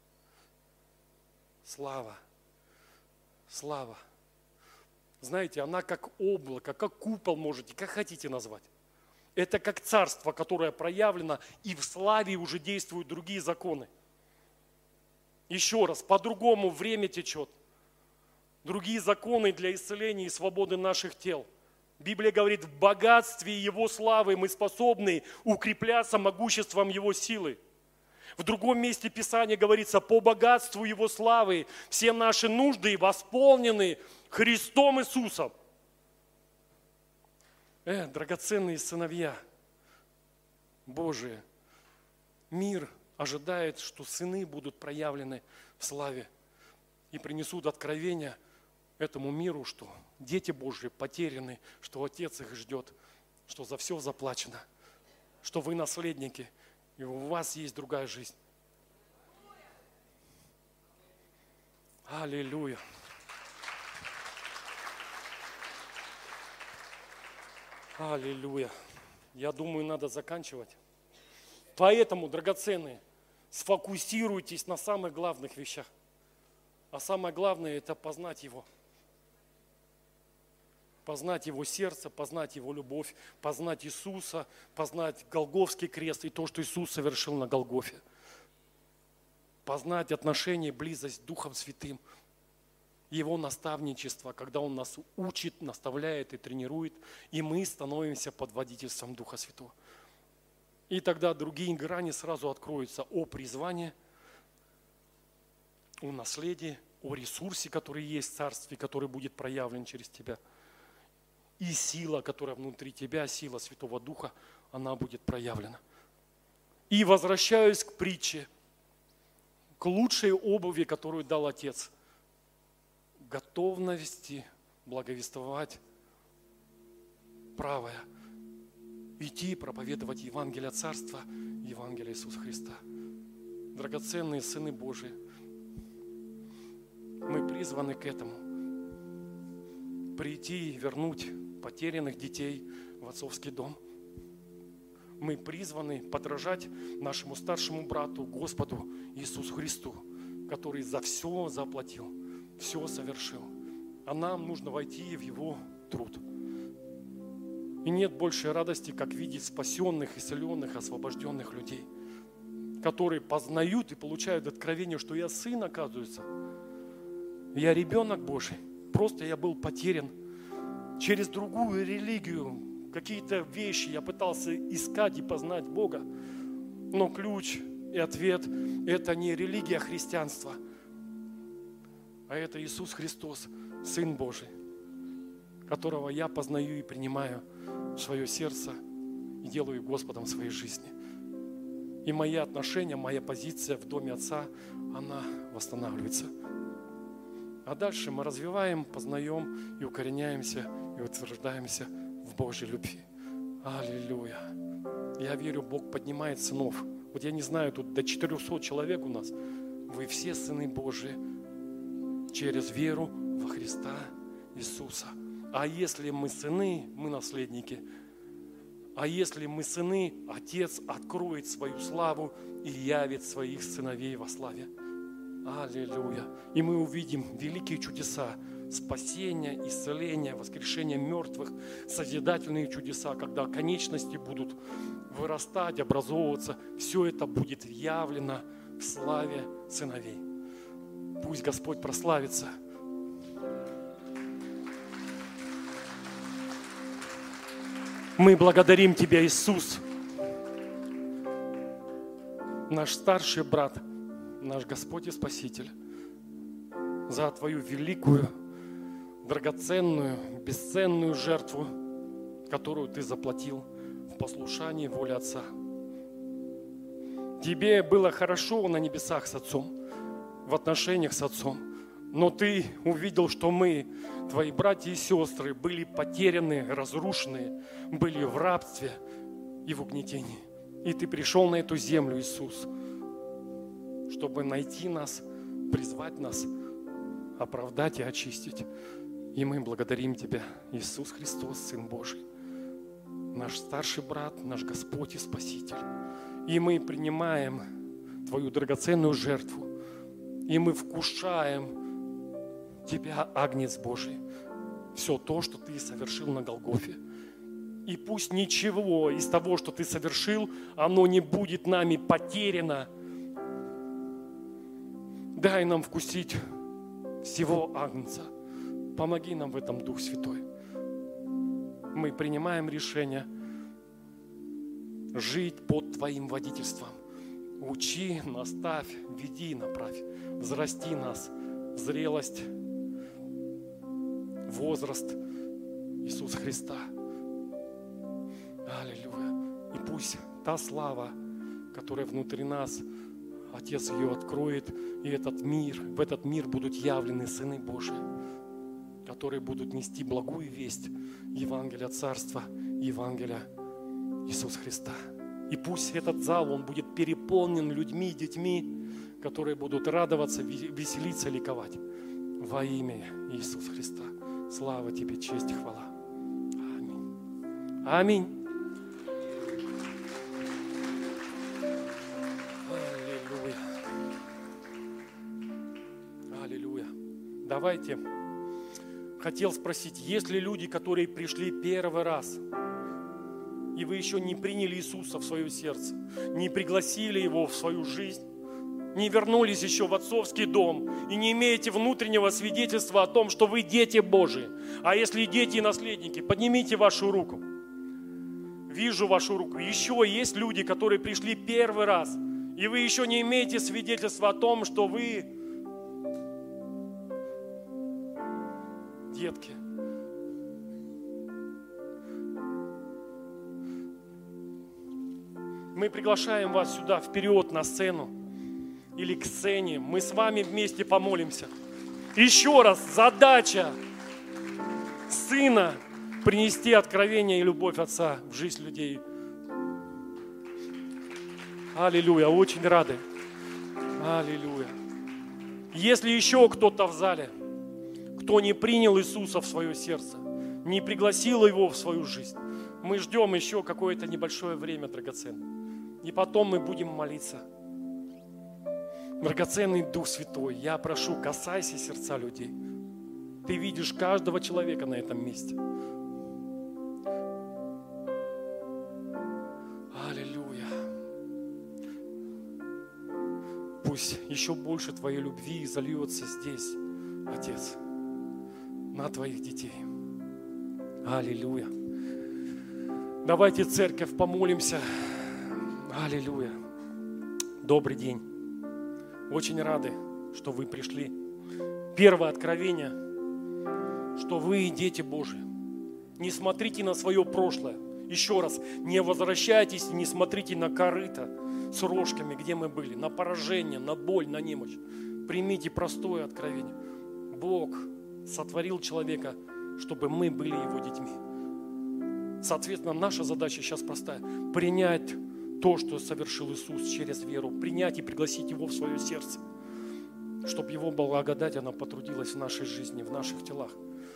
слава, слава. Знаете, она как облако, как купол можете, как хотите назвать. Это как царство, которое проявлено, и в славе уже действуют другие законы. Еще раз, по-другому время течет. Другие законы для исцеления и свободы наших тел. Библия говорит, в богатстве Его славы мы способны укрепляться могуществом Его силы. В другом месте Писания говорится, по богатству Его славы все наши нужды восполнены Христом Иисусом. Драгоценные сыновья Божии, мир ожидает, что сыны будут проявлены в славе и принесут откровение этому миру, что дети Божьи потеряны, что Отец их ждет, что за все заплачено, что вы наследники, и у вас есть другая жизнь. Аллилуйя! Аллилуйя! Я думаю, надо заканчивать. Поэтому, драгоценные, сфокусируйтесь на самых главных вещах. А самое главное – это познать Его. Познать Его сердце, познать Его любовь, познать Иисуса, познать Голгофский крест и то, что Иисус совершил на Голгофе. Познать отношения, близость с Духом Святым, Его наставничество, когда Он нас учит, наставляет и тренирует, и мы становимся под водительством Духа Святого. И тогда другие грани сразу откроются о призвании, о наследии, о ресурсе, который есть в Царстве, который будет проявлен через тебя. И сила, которая внутри тебя, сила Святого Духа, она будет проявлена. И возвращаюсь к притче, к лучшей обуви, которую дал Отец. Готовности благовествовать правое. Идти проповедовать Евангелие Царства, Евангелие Иисуса Христа. Драгоценные сыны Божии, мы призваны к этому. Прийти и вернуть потерянных детей в отцовский дом. Мы призваны подражать нашему старшему брату, Господу Иисусу Христу, который за все заплатил, все совершил. А нам нужно войти в Его труд. И нет большей радости, как видеть спасенных, исцеленных, освобожденных людей, которые познают и получают откровение, что я сын, оказывается. Я ребенок Божий. Просто я был потерян. Через другую религию, какие-то вещи я пытался искать и познать Бога. Но ключ и ответ – это не религия, а христианство, а это Иисус Христос, Сын Божий, которого я познаю и принимаю в свое сердце и делаю Господом своей жизни. И мои отношения, моя позиция в доме Отца, она восстанавливается. А дальше мы развиваем, познаем и укореняемся, и утверждаемся в Божьей любви. Аллилуйя! Я верю, Бог поднимает сынов. Вот я не знаю, тут до 400 человек у нас. Вы все сыны Божьи через веру во Христа Иисуса. А если мы сыны, мы наследники. А если мы сыны, Отец откроет свою славу и явит своих сыновей во славе. Аллилуйя! И мы увидим великие чудеса, спасения, исцеления, воскрешения мертвых, созидательные чудеса, когда конечности будут вырастать, образовываться. Все это будет явлено в славе сыновей. Пусть Господь прославится. Мы благодарим Тебя, Иисус, наш старший брат, наш Господь и Спаситель, за Твою великую, драгоценную, бесценную жертву, которую Ты заплатил в послушании воле Отца. Тебе было хорошо на небесах с Отцом, в отношениях с Отцом, но Ты увидел, что мы, Твои братья и сестры, были потеряны, разрушены, были в рабстве и в угнетении. И Ты пришел на эту землю, Иисус, чтобы найти нас, призвать нас, оправдать и очистить. И мы благодарим Тебя, Иисус Христос, Сын Божий, наш старший брат, наш Господь и Спаситель. И мы принимаем Твою драгоценную жертву, и мы вкушаем Тебя, Агнец Божий, все то, что Ты совершил на Голгофе. И пусть ничего из того, что Ты совершил, оно не будет нами потеряно. Дай нам вкусить всего Агнца. Помоги нам в этом, Дух Святой. Мы принимаем решение жить под Твоим водительством. Учи, наставь, веди, направь. Взрасти нас в зрелость, возраст Иисуса Христа. Аллилуйя. И пусть та слава, которая внутри нас, Отец ее откроет, и в этот мир будут явлены сыны Божии, которые будут нести благую весть Евангелия Царства, Евангелия Иисуса Христа. И пусть этот зал, он будет переполнен людьми, детьми, которые будут радоваться, веселиться, ликовать во имя Иисуса Христа. Слава Тебе, честь и хвала. Аминь. Аминь. Аллилуйя. Давайте. Хотел спросить, есть ли люди, которые пришли первый раз, и вы еще не приняли Иисуса в свое сердце, не пригласили Его в свою жизнь, не вернулись еще в отцовский дом и не имеете внутреннего свидетельства о том, что вы дети Божии. А если дети и наследники, поднимите вашу руку. Вижу вашу руку. Еще есть люди, которые пришли первый раз, и вы еще не имеете свидетельства о том, что вы детки. Мы приглашаем вас сюда, вперед, на сцену или к сцене. Мы с вами вместе помолимся. Еще раз, задача Сына принести откровение и любовь Отца в жизнь людей. Аллилуйя, очень рады. Аллилуйя. Если еще кто-то в зале, кто не принял Иисуса в свое сердце, не пригласил Его в свою жизнь, мы ждем еще какое-то небольшое время драгоценное. И потом мы будем молиться. Драгоценный Дух Святой, я прошу, касайся сердца людей. Ты видишь каждого человека на этом месте. Аллилуйя. Пусть еще больше Твоей любви зальется здесь, Отец, на Твоих детей. Аллилуйя. Давайте, церковь, помолимся. Аллилуйя. Добрый день. Очень рады, что вы пришли. Первое откровение, что вы дети Божьи. Не смотрите на свое прошлое. Еще раз, не возвращайтесь, не смотрите на корыто с рожками, где мы были, на поражение, на боль, на немощь. Примите простое откровение. Бог сотворил человека, чтобы мы были Его детьми. Соответственно, наша задача сейчас простая. Принять то, что совершил Иисус через веру. Принять и пригласить Его в свое сердце. Чтобы Его благодать, она потрудилась в нашей жизни, в наших телах.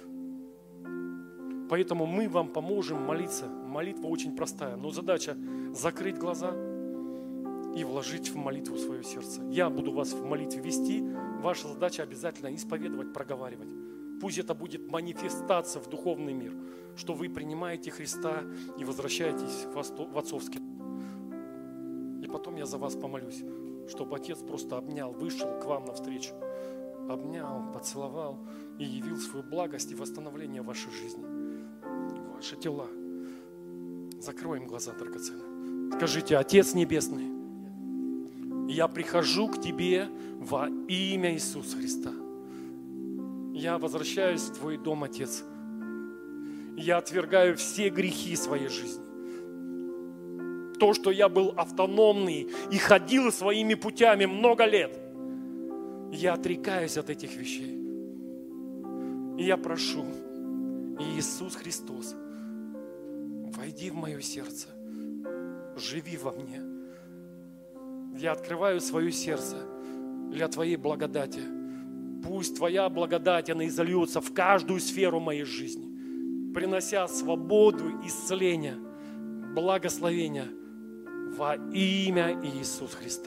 Поэтому мы вам поможем молиться. Молитва очень простая, но задача закрыть глаза и вложить в молитву свое сердце. Я буду вас в молитве вести. Ваша задача обязательно исповедовать, проговаривать. Пусть это будет манифестация в духовный мир, что вы принимаете Христа и возвращаетесь в отцовский. И потом я за вас помолюсь, чтобы Отец просто обнял, вышел к вам навстречу. Обнял, поцеловал и явил свою благость и восстановление в вашей жизни. Ваши тела. Закроем глаза, драгоценные. Скажите: Отец Небесный, я прихожу к Тебе во имя Иисуса Христа. Я возвращаюсь в Твой дом, Отец. Я отвергаю все грехи своей жизни. То, что я был автономный и ходил своими путями много лет, я отрекаюсь от этих вещей. И я прошу, Иисус Христос, войди в мое сердце, живи во мне. Я открываю свое сердце для Твоей благодати. Пусть Твоя благодать, она изольется в каждую сферу моей жизни, принося свободу, исцеление, благословение во имя Иисуса Христа.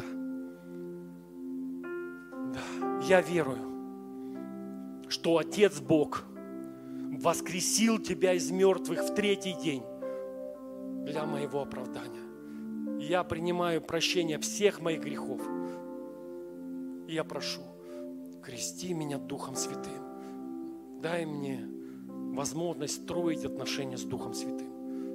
Да, я верую, что Отец Бог воскресил Тебя из мертвых в третий день для моего оправдания. Я принимаю прощение всех моих грехов. И я прошу, крести меня Духом Святым. Дай мне возможность строить отношения с Духом Святым.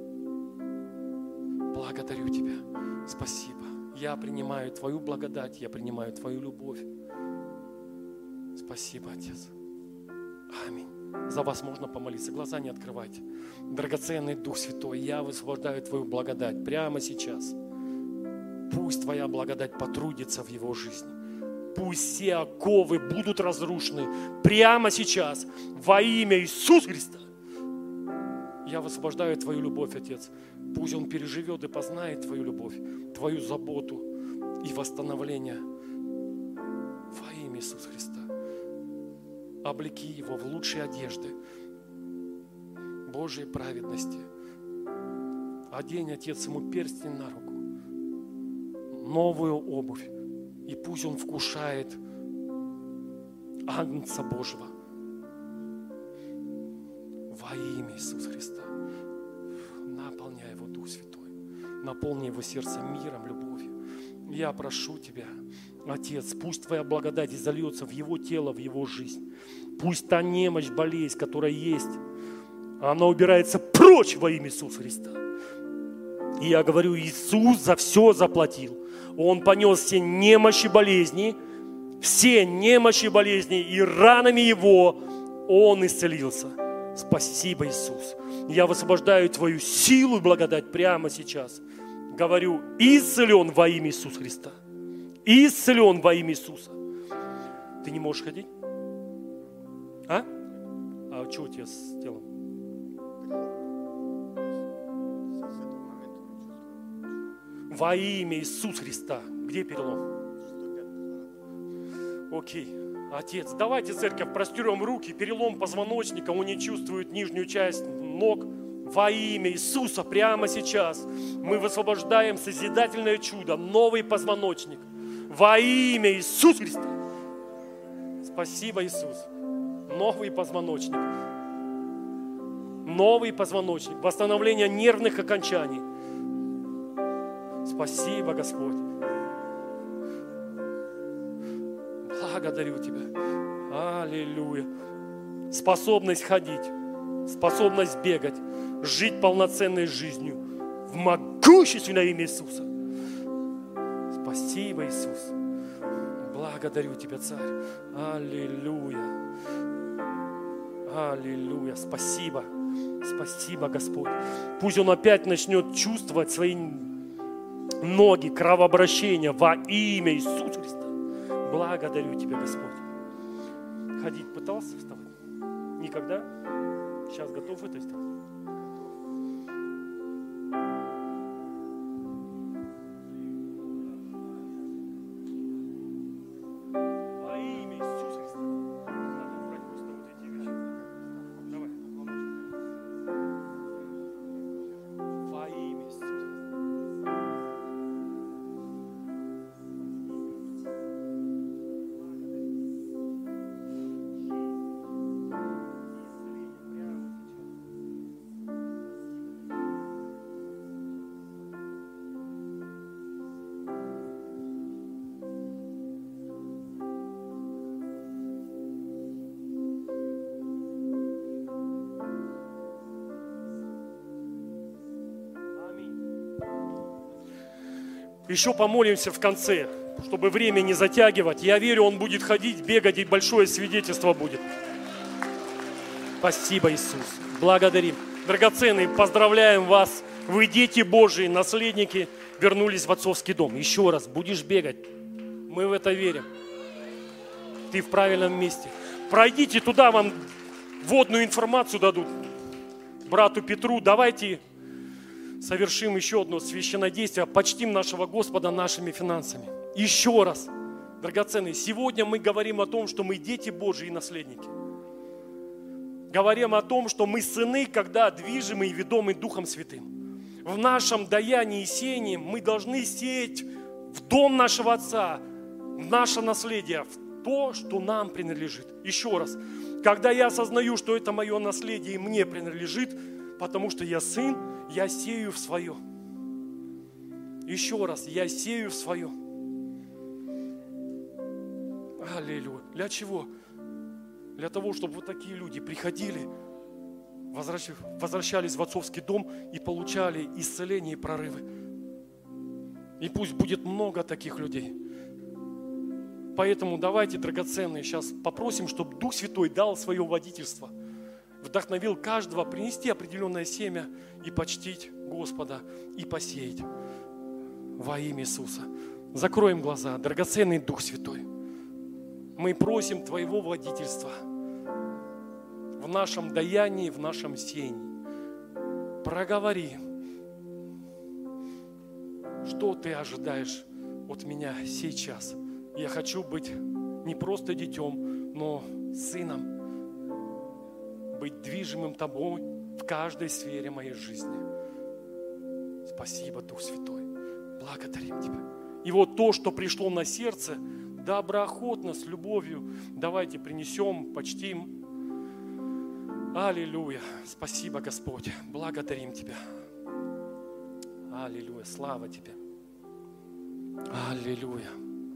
Благодарю Тебя. Спасибо. Я принимаю Твою благодать, я принимаю Твою любовь. Спасибо, Отец. Аминь. За вас можно помолиться. Глаза не открывайте. Драгоценный Дух Святой, я высвобождаю Твою благодать прямо сейчас. Пусть Твоя благодать потрудится в его жизни. Пусть все оковы будут разрушены прямо сейчас во имя Иисуса Христа. Я высвобождаю Твою любовь, Отец. Пусть он переживет и познает Твою любовь, Твою заботу и восстановление во имя Иисуса Христа. Облеки его в лучшие одежды Божьей праведности. Одень, Отец, ему перстень на руку, новую обувь. И пусть он вкушает Агнца Божьего во имя Иисуса Христа. Наполняй его, Дух Святой. Наполни его сердце миром, любовью. Я прошу Тебя, Отец, пусть Твоя благодать изольется в его тело, в его жизнь. Пусть та немощь, болезнь, которая есть, она убирается прочь во имя Иисуса Христа. И я говорю, Иисус за все заплатил. Он понес все немощи болезни, и ранами Его Он исцелился. Спасибо, Иисус. Я высвобождаю Твою силу и благодать прямо сейчас. Говорю, исцелен во имя Иисуса Христа. Исцелен во имя Иисуса. Ты не можешь ходить? А? А что у тебя с телом? Во имя Иисуса Христа. Где перелом? Окей. Отец, давайте, церковь, простерем руки. Перелом позвоночника, он не чувствует нижнюю часть ног. Во имя Иисуса прямо сейчас мы высвобождаем созидательное чудо, новый позвоночник. Во имя Иисуса Христа. Спасибо, Иисус. Новый позвоночник. Новый позвоночник. Восстановление нервных окончаний. Спасибо, Господь. Благодарю Тебя. Аллилуйя. Способность ходить, способность бегать, жить полноценной жизнью в могущественное имя Иисуса. Спасибо, Иисус. Благодарю Тебя, Царь. Аллилуйя. Аллилуйя. Спасибо. Спасибо, Господь. Пусть он опять начнет чувствовать свои ноги, кровообращения во имя Иисуса Христа. Благодарю Тебя, Господь. Ходить пытался вставать? Никогда? Сейчас готов это сделать? Во имя Иисуса Христа. Надо убрать просто вот эти вещи. Давай. Во имя Иисуса Христа. Еще помолимся в конце, чтобы время не затягивать. Я верю, он будет ходить, бегать, и большое свидетельство будет. Спасибо, Иисус. Благодарим. Драгоценные, поздравляем вас. Вы дети Божии, наследники, вернулись в отцовский дом. Еще раз, будешь бегать. Мы в это верим. Ты в правильном месте. Пройдите туда, вам вводную информацию дадут. Брату Петру, давайте совершим еще одно священнодействие, почтим нашего Господа нашими финансами. Еще раз, драгоценные, сегодня мы говорим о том, что мы дети Божьи и наследники. Говорим о том, что мы сыны, когда движимы и ведомы Духом Святым. В нашем даянии и сеянии мы должны сеять в дом нашего Отца, в наше наследие, в то, что нам принадлежит. Еще раз, когда я осознаю, что это мое наследие и мне принадлежит, потому что я сын, я сею в свое. Еще раз, я сею в свое. Аллилуйя. Для чего? Для того, чтобы вот такие люди приходили, возвращались в отцовский дом и получали исцеление и прорывы. И пусть будет много таких людей. Поэтому давайте, драгоценные, сейчас попросим, чтобы Дух Святой дал свое водительство. Вдохновил каждого принести определенное семя и почтить Господа и посеять во имя Иисуса. Закроем глаза, драгоценный Дух Святой. Мы просим Твоего водительства в нашем даянии, в нашем сеянии. Проговори, что Ты ожидаешь от меня сейчас. Я хочу быть не просто детем, но сыном. Быть движимым Тобой в каждой сфере моей жизни. Спасибо, Дух Святой. Благодарим Тебя. И вот то, что пришло на сердце, доброохотно, с любовью, давайте принесем, почтим. Аллилуйя. Спасибо, Господь. Благодарим Тебя. Аллилуйя. Слава Тебе. Аллилуйя.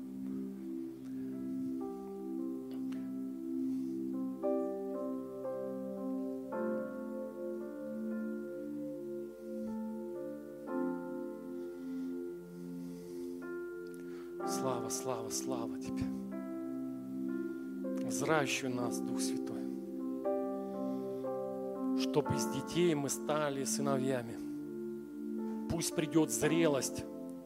Слава, слава, слава Тебе. Взращивай нас, Дух Святой, чтобы из детей мы стали сыновьями. Пусть придет зрелость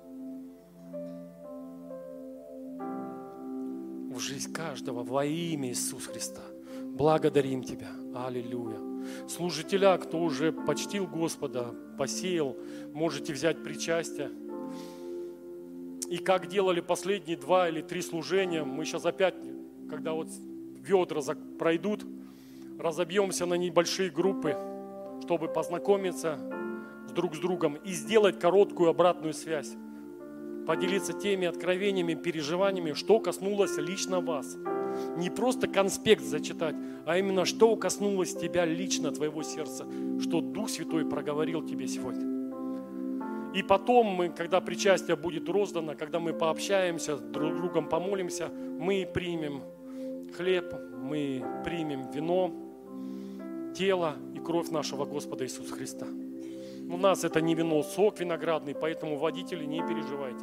в жизнь каждого во имя Иисуса Христа. Благодарим Тебя. Аллилуйя. Служителя, кто уже почтил Господа, посеял, можете взять причастие. И как делали последние 2 или 3 служения, мы сейчас опять, когда вот ведра пройдут, разобьемся на небольшие группы, чтобы познакомиться друг с другом и сделать короткую обратную связь. Поделиться теми откровениями, переживаниями, что коснулось лично вас. Не просто конспект зачитать, а именно что коснулось тебя лично, твоего сердца, что Дух Святой проговорил тебе сегодня. И потом мы, когда причастие будет роздано, когда мы пообщаемся, друг с другом помолимся, мы примем хлеб, мы примем вино, тело и кровь нашего Господа Иисуса Христа. У нас это не вино, сок виноградный, поэтому, водители, не переживайте.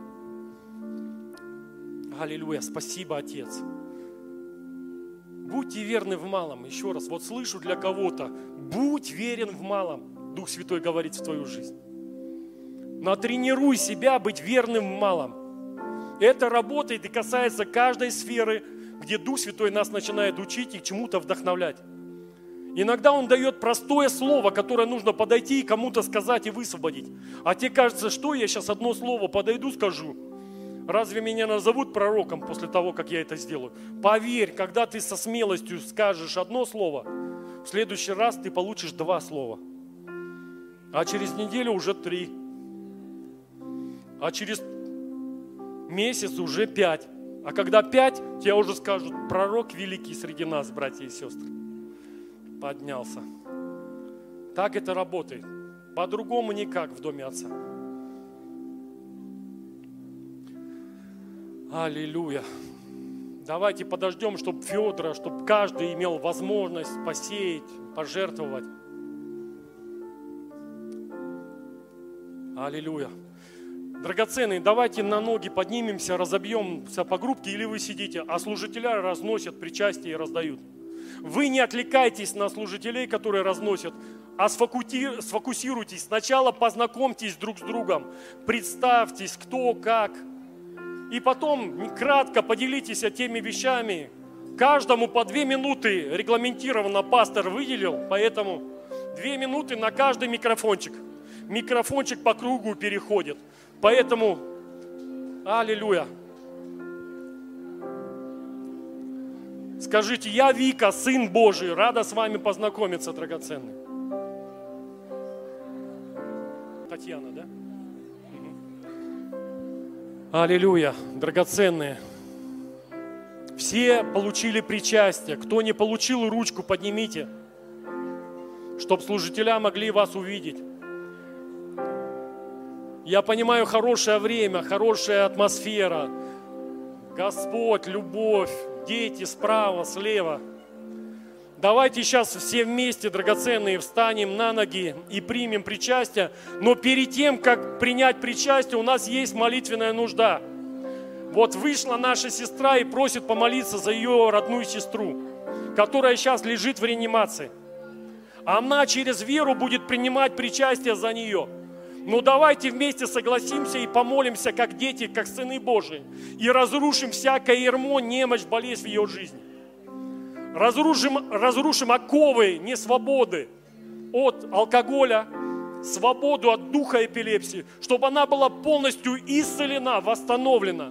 Аллилуйя, спасибо, Отец. Будьте верны в малом. Еще раз, вот слышу для кого-то, будь верен в малом. Дух Святой говорит в твою жизнь. Натренируй себя быть верным в малом. Это работает и касается каждой сферы, где Дух Святой нас начинает учить и к чему-то вдохновлять. Иногда Он дает простое слово, которое нужно подойти и кому-то сказать и высвободить. А тебе кажется, что я сейчас одно слово подойду, скажу. Разве меня назовут пророком после того, как я это сделаю? Поверь, когда ты со смелостью скажешь одно слово, в следующий раз ты получишь 2 слова. А через неделю уже 3. А через месяц уже 5. А когда 5, тебе уже скажут, пророк великий среди нас, братья и сестры. Поднялся. Так это работает. По-другому никак в доме Отца. Аллилуйя. Давайте подождем, чтобы Федора, чтобы каждый имел возможность посеять, пожертвовать. Аллилуйя. Драгоценные, давайте на ноги поднимемся, разобьемся по группке, или вы сидите, а служителя разносят причастие и раздают. Вы не отвлекайтесь на служителей, которые разносят, а сфокусируйтесь. Сначала познакомьтесь друг с другом, представьтесь, кто, как. И потом кратко поделитесь теми вещами. Каждому по 2 минуты регламентированно пастор выделил, поэтому 2 минуты на каждый микрофончик. Микрофончик по кругу переходит. Поэтому, аллилуйя. Скажите, я Вика, Сын Божий, рада с вами познакомиться, драгоценный. Татьяна, да? Аллилуйя, драгоценные. Все получили причастие. Кто не получил, ручку поднимите, чтобы служителя могли вас увидеть. Я понимаю, хорошее время, хорошая атмосфера. Господь, любовь, дети справа, слева. Давайте сейчас все вместе, драгоценные, встанем на ноги и примем причастие. Но перед тем, как принять причастие, у нас есть молитвенная нужда. Вот вышла наша сестра и просит помолиться за ее родную сестру, которая сейчас лежит в реанимации. Она через веру будет принимать причастие за нее. Но давайте вместе согласимся и помолимся, как дети, как сыны Божии, и разрушим всякое ярмо, немощь, болезнь в ее жизни. Разрушим оковы несвободы от алкоголя, свободу от духа эпилепсии, чтобы она была полностью исцелена, восстановлена.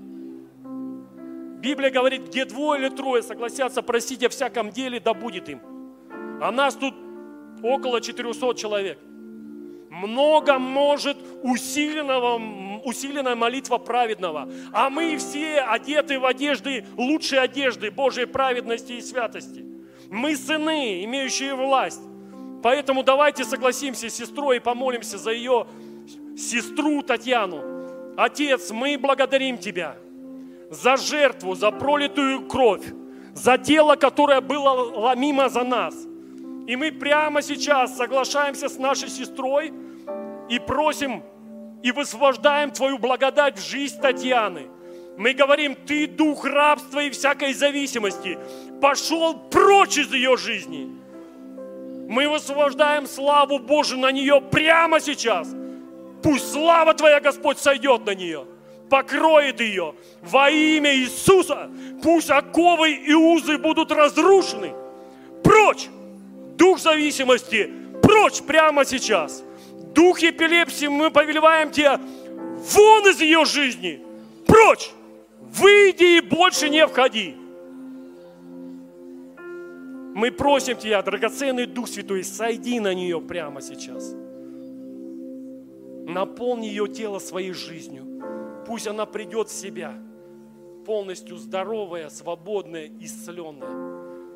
Библия говорит, где 2 или 3 согласятся просить о всяком деле, да будет им. А нас тут около 400 человек. Много может усиленная молитва праведного. А мы все одеты в одежды, лучшие одежды Божьей праведности и святости. Мы сыны, имеющие власть. Поэтому давайте согласимся с сестрой и помолимся за ее сестру Татьяну. Отец, мы благодарим Тебя за жертву, за пролитую кровь, за тело, которое было ломимо за нас. И мы прямо сейчас соглашаемся с нашей сестрой и просим, и высвобождаем Твою благодать в жизнь Татьяны. Мы говорим, Ты дух рабства и всякой зависимости пошел прочь из ее жизни. Мы высвобождаем славу Божию на нее прямо сейчас. Пусть слава Твоя, Господь, сойдет на нее, покроет ее во имя Иисуса. Пусть оковы и узы будут разрушены. Прочь! Дух зависимости, прочь прямо сейчас. Дух эпилепсии, мы повелеваем Тебя вон из ее жизни. Прочь! Выйди и больше не входи. Мы просим Тебя, драгоценный Дух Святой, сойди на нее прямо сейчас. Наполни ее тело своей жизнью. Пусть она придет в себя, полностью здоровая, свободная, исцеленная.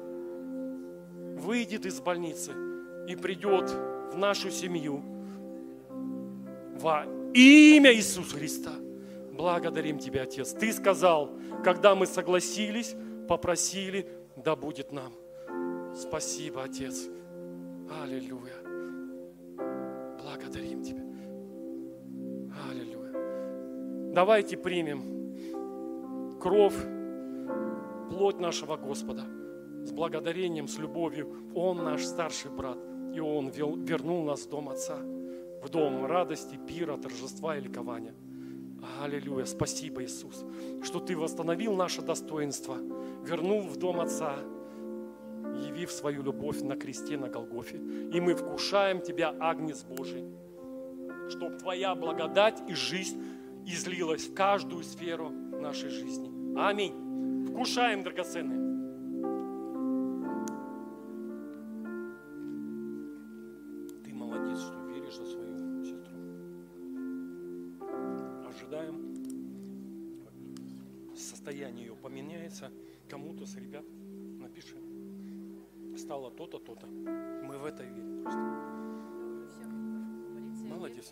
Выйдет из больницы и придет в нашу семью во Имя Иисуса Христа. Благодарим Тебя, Отец. Ты сказал, когда мы согласились, попросили, да будет нам. Спасибо, Отец. Аллилуйя. Благодарим Тебя. Аллилуйя. Давайте примем кровь, плоть нашего Господа с благодарением, с любовью. Он наш старший брат, и Он вернул нас в дом Отца, в дом радости, пира, торжества и ликования. Аллилуйя. Спасибо, Иисус, что Ты восстановил наше достоинство, вернул в дом Отца, явив свою любовь на кресте, на Голгофе. И мы вкушаем Тебя, Агнец Божий, чтобы Твоя благодать и жизнь излилась в каждую сферу нашей жизни. Аминь. Вкушаем, драгоценные. Ты молодец, что веришь за свою сестру. Ожидаем. Состояние ее поменяется. Кому-то с ребят напиши. Стало то-то, то-то. Мы в это верим просто. Молодец.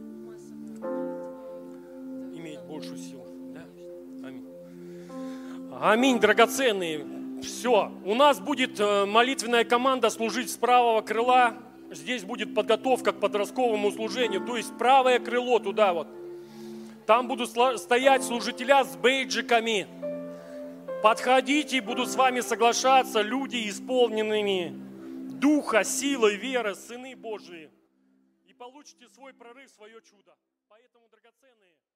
Имеет большую силу. Да? Аминь. Аминь, драгоценные. Все. У нас будет молитвенная команда служить с правого крыла. Здесь будет подготовка к подростковому служению. То есть правое крыло туда вот. Там будут стоять служителя с бейджиками. Подходите, буду с вами соглашаться, люди, исполненными духа, силы, веры, сыны Божии. И получите свой прорыв, свое чудо. Поэтому, драгоценные,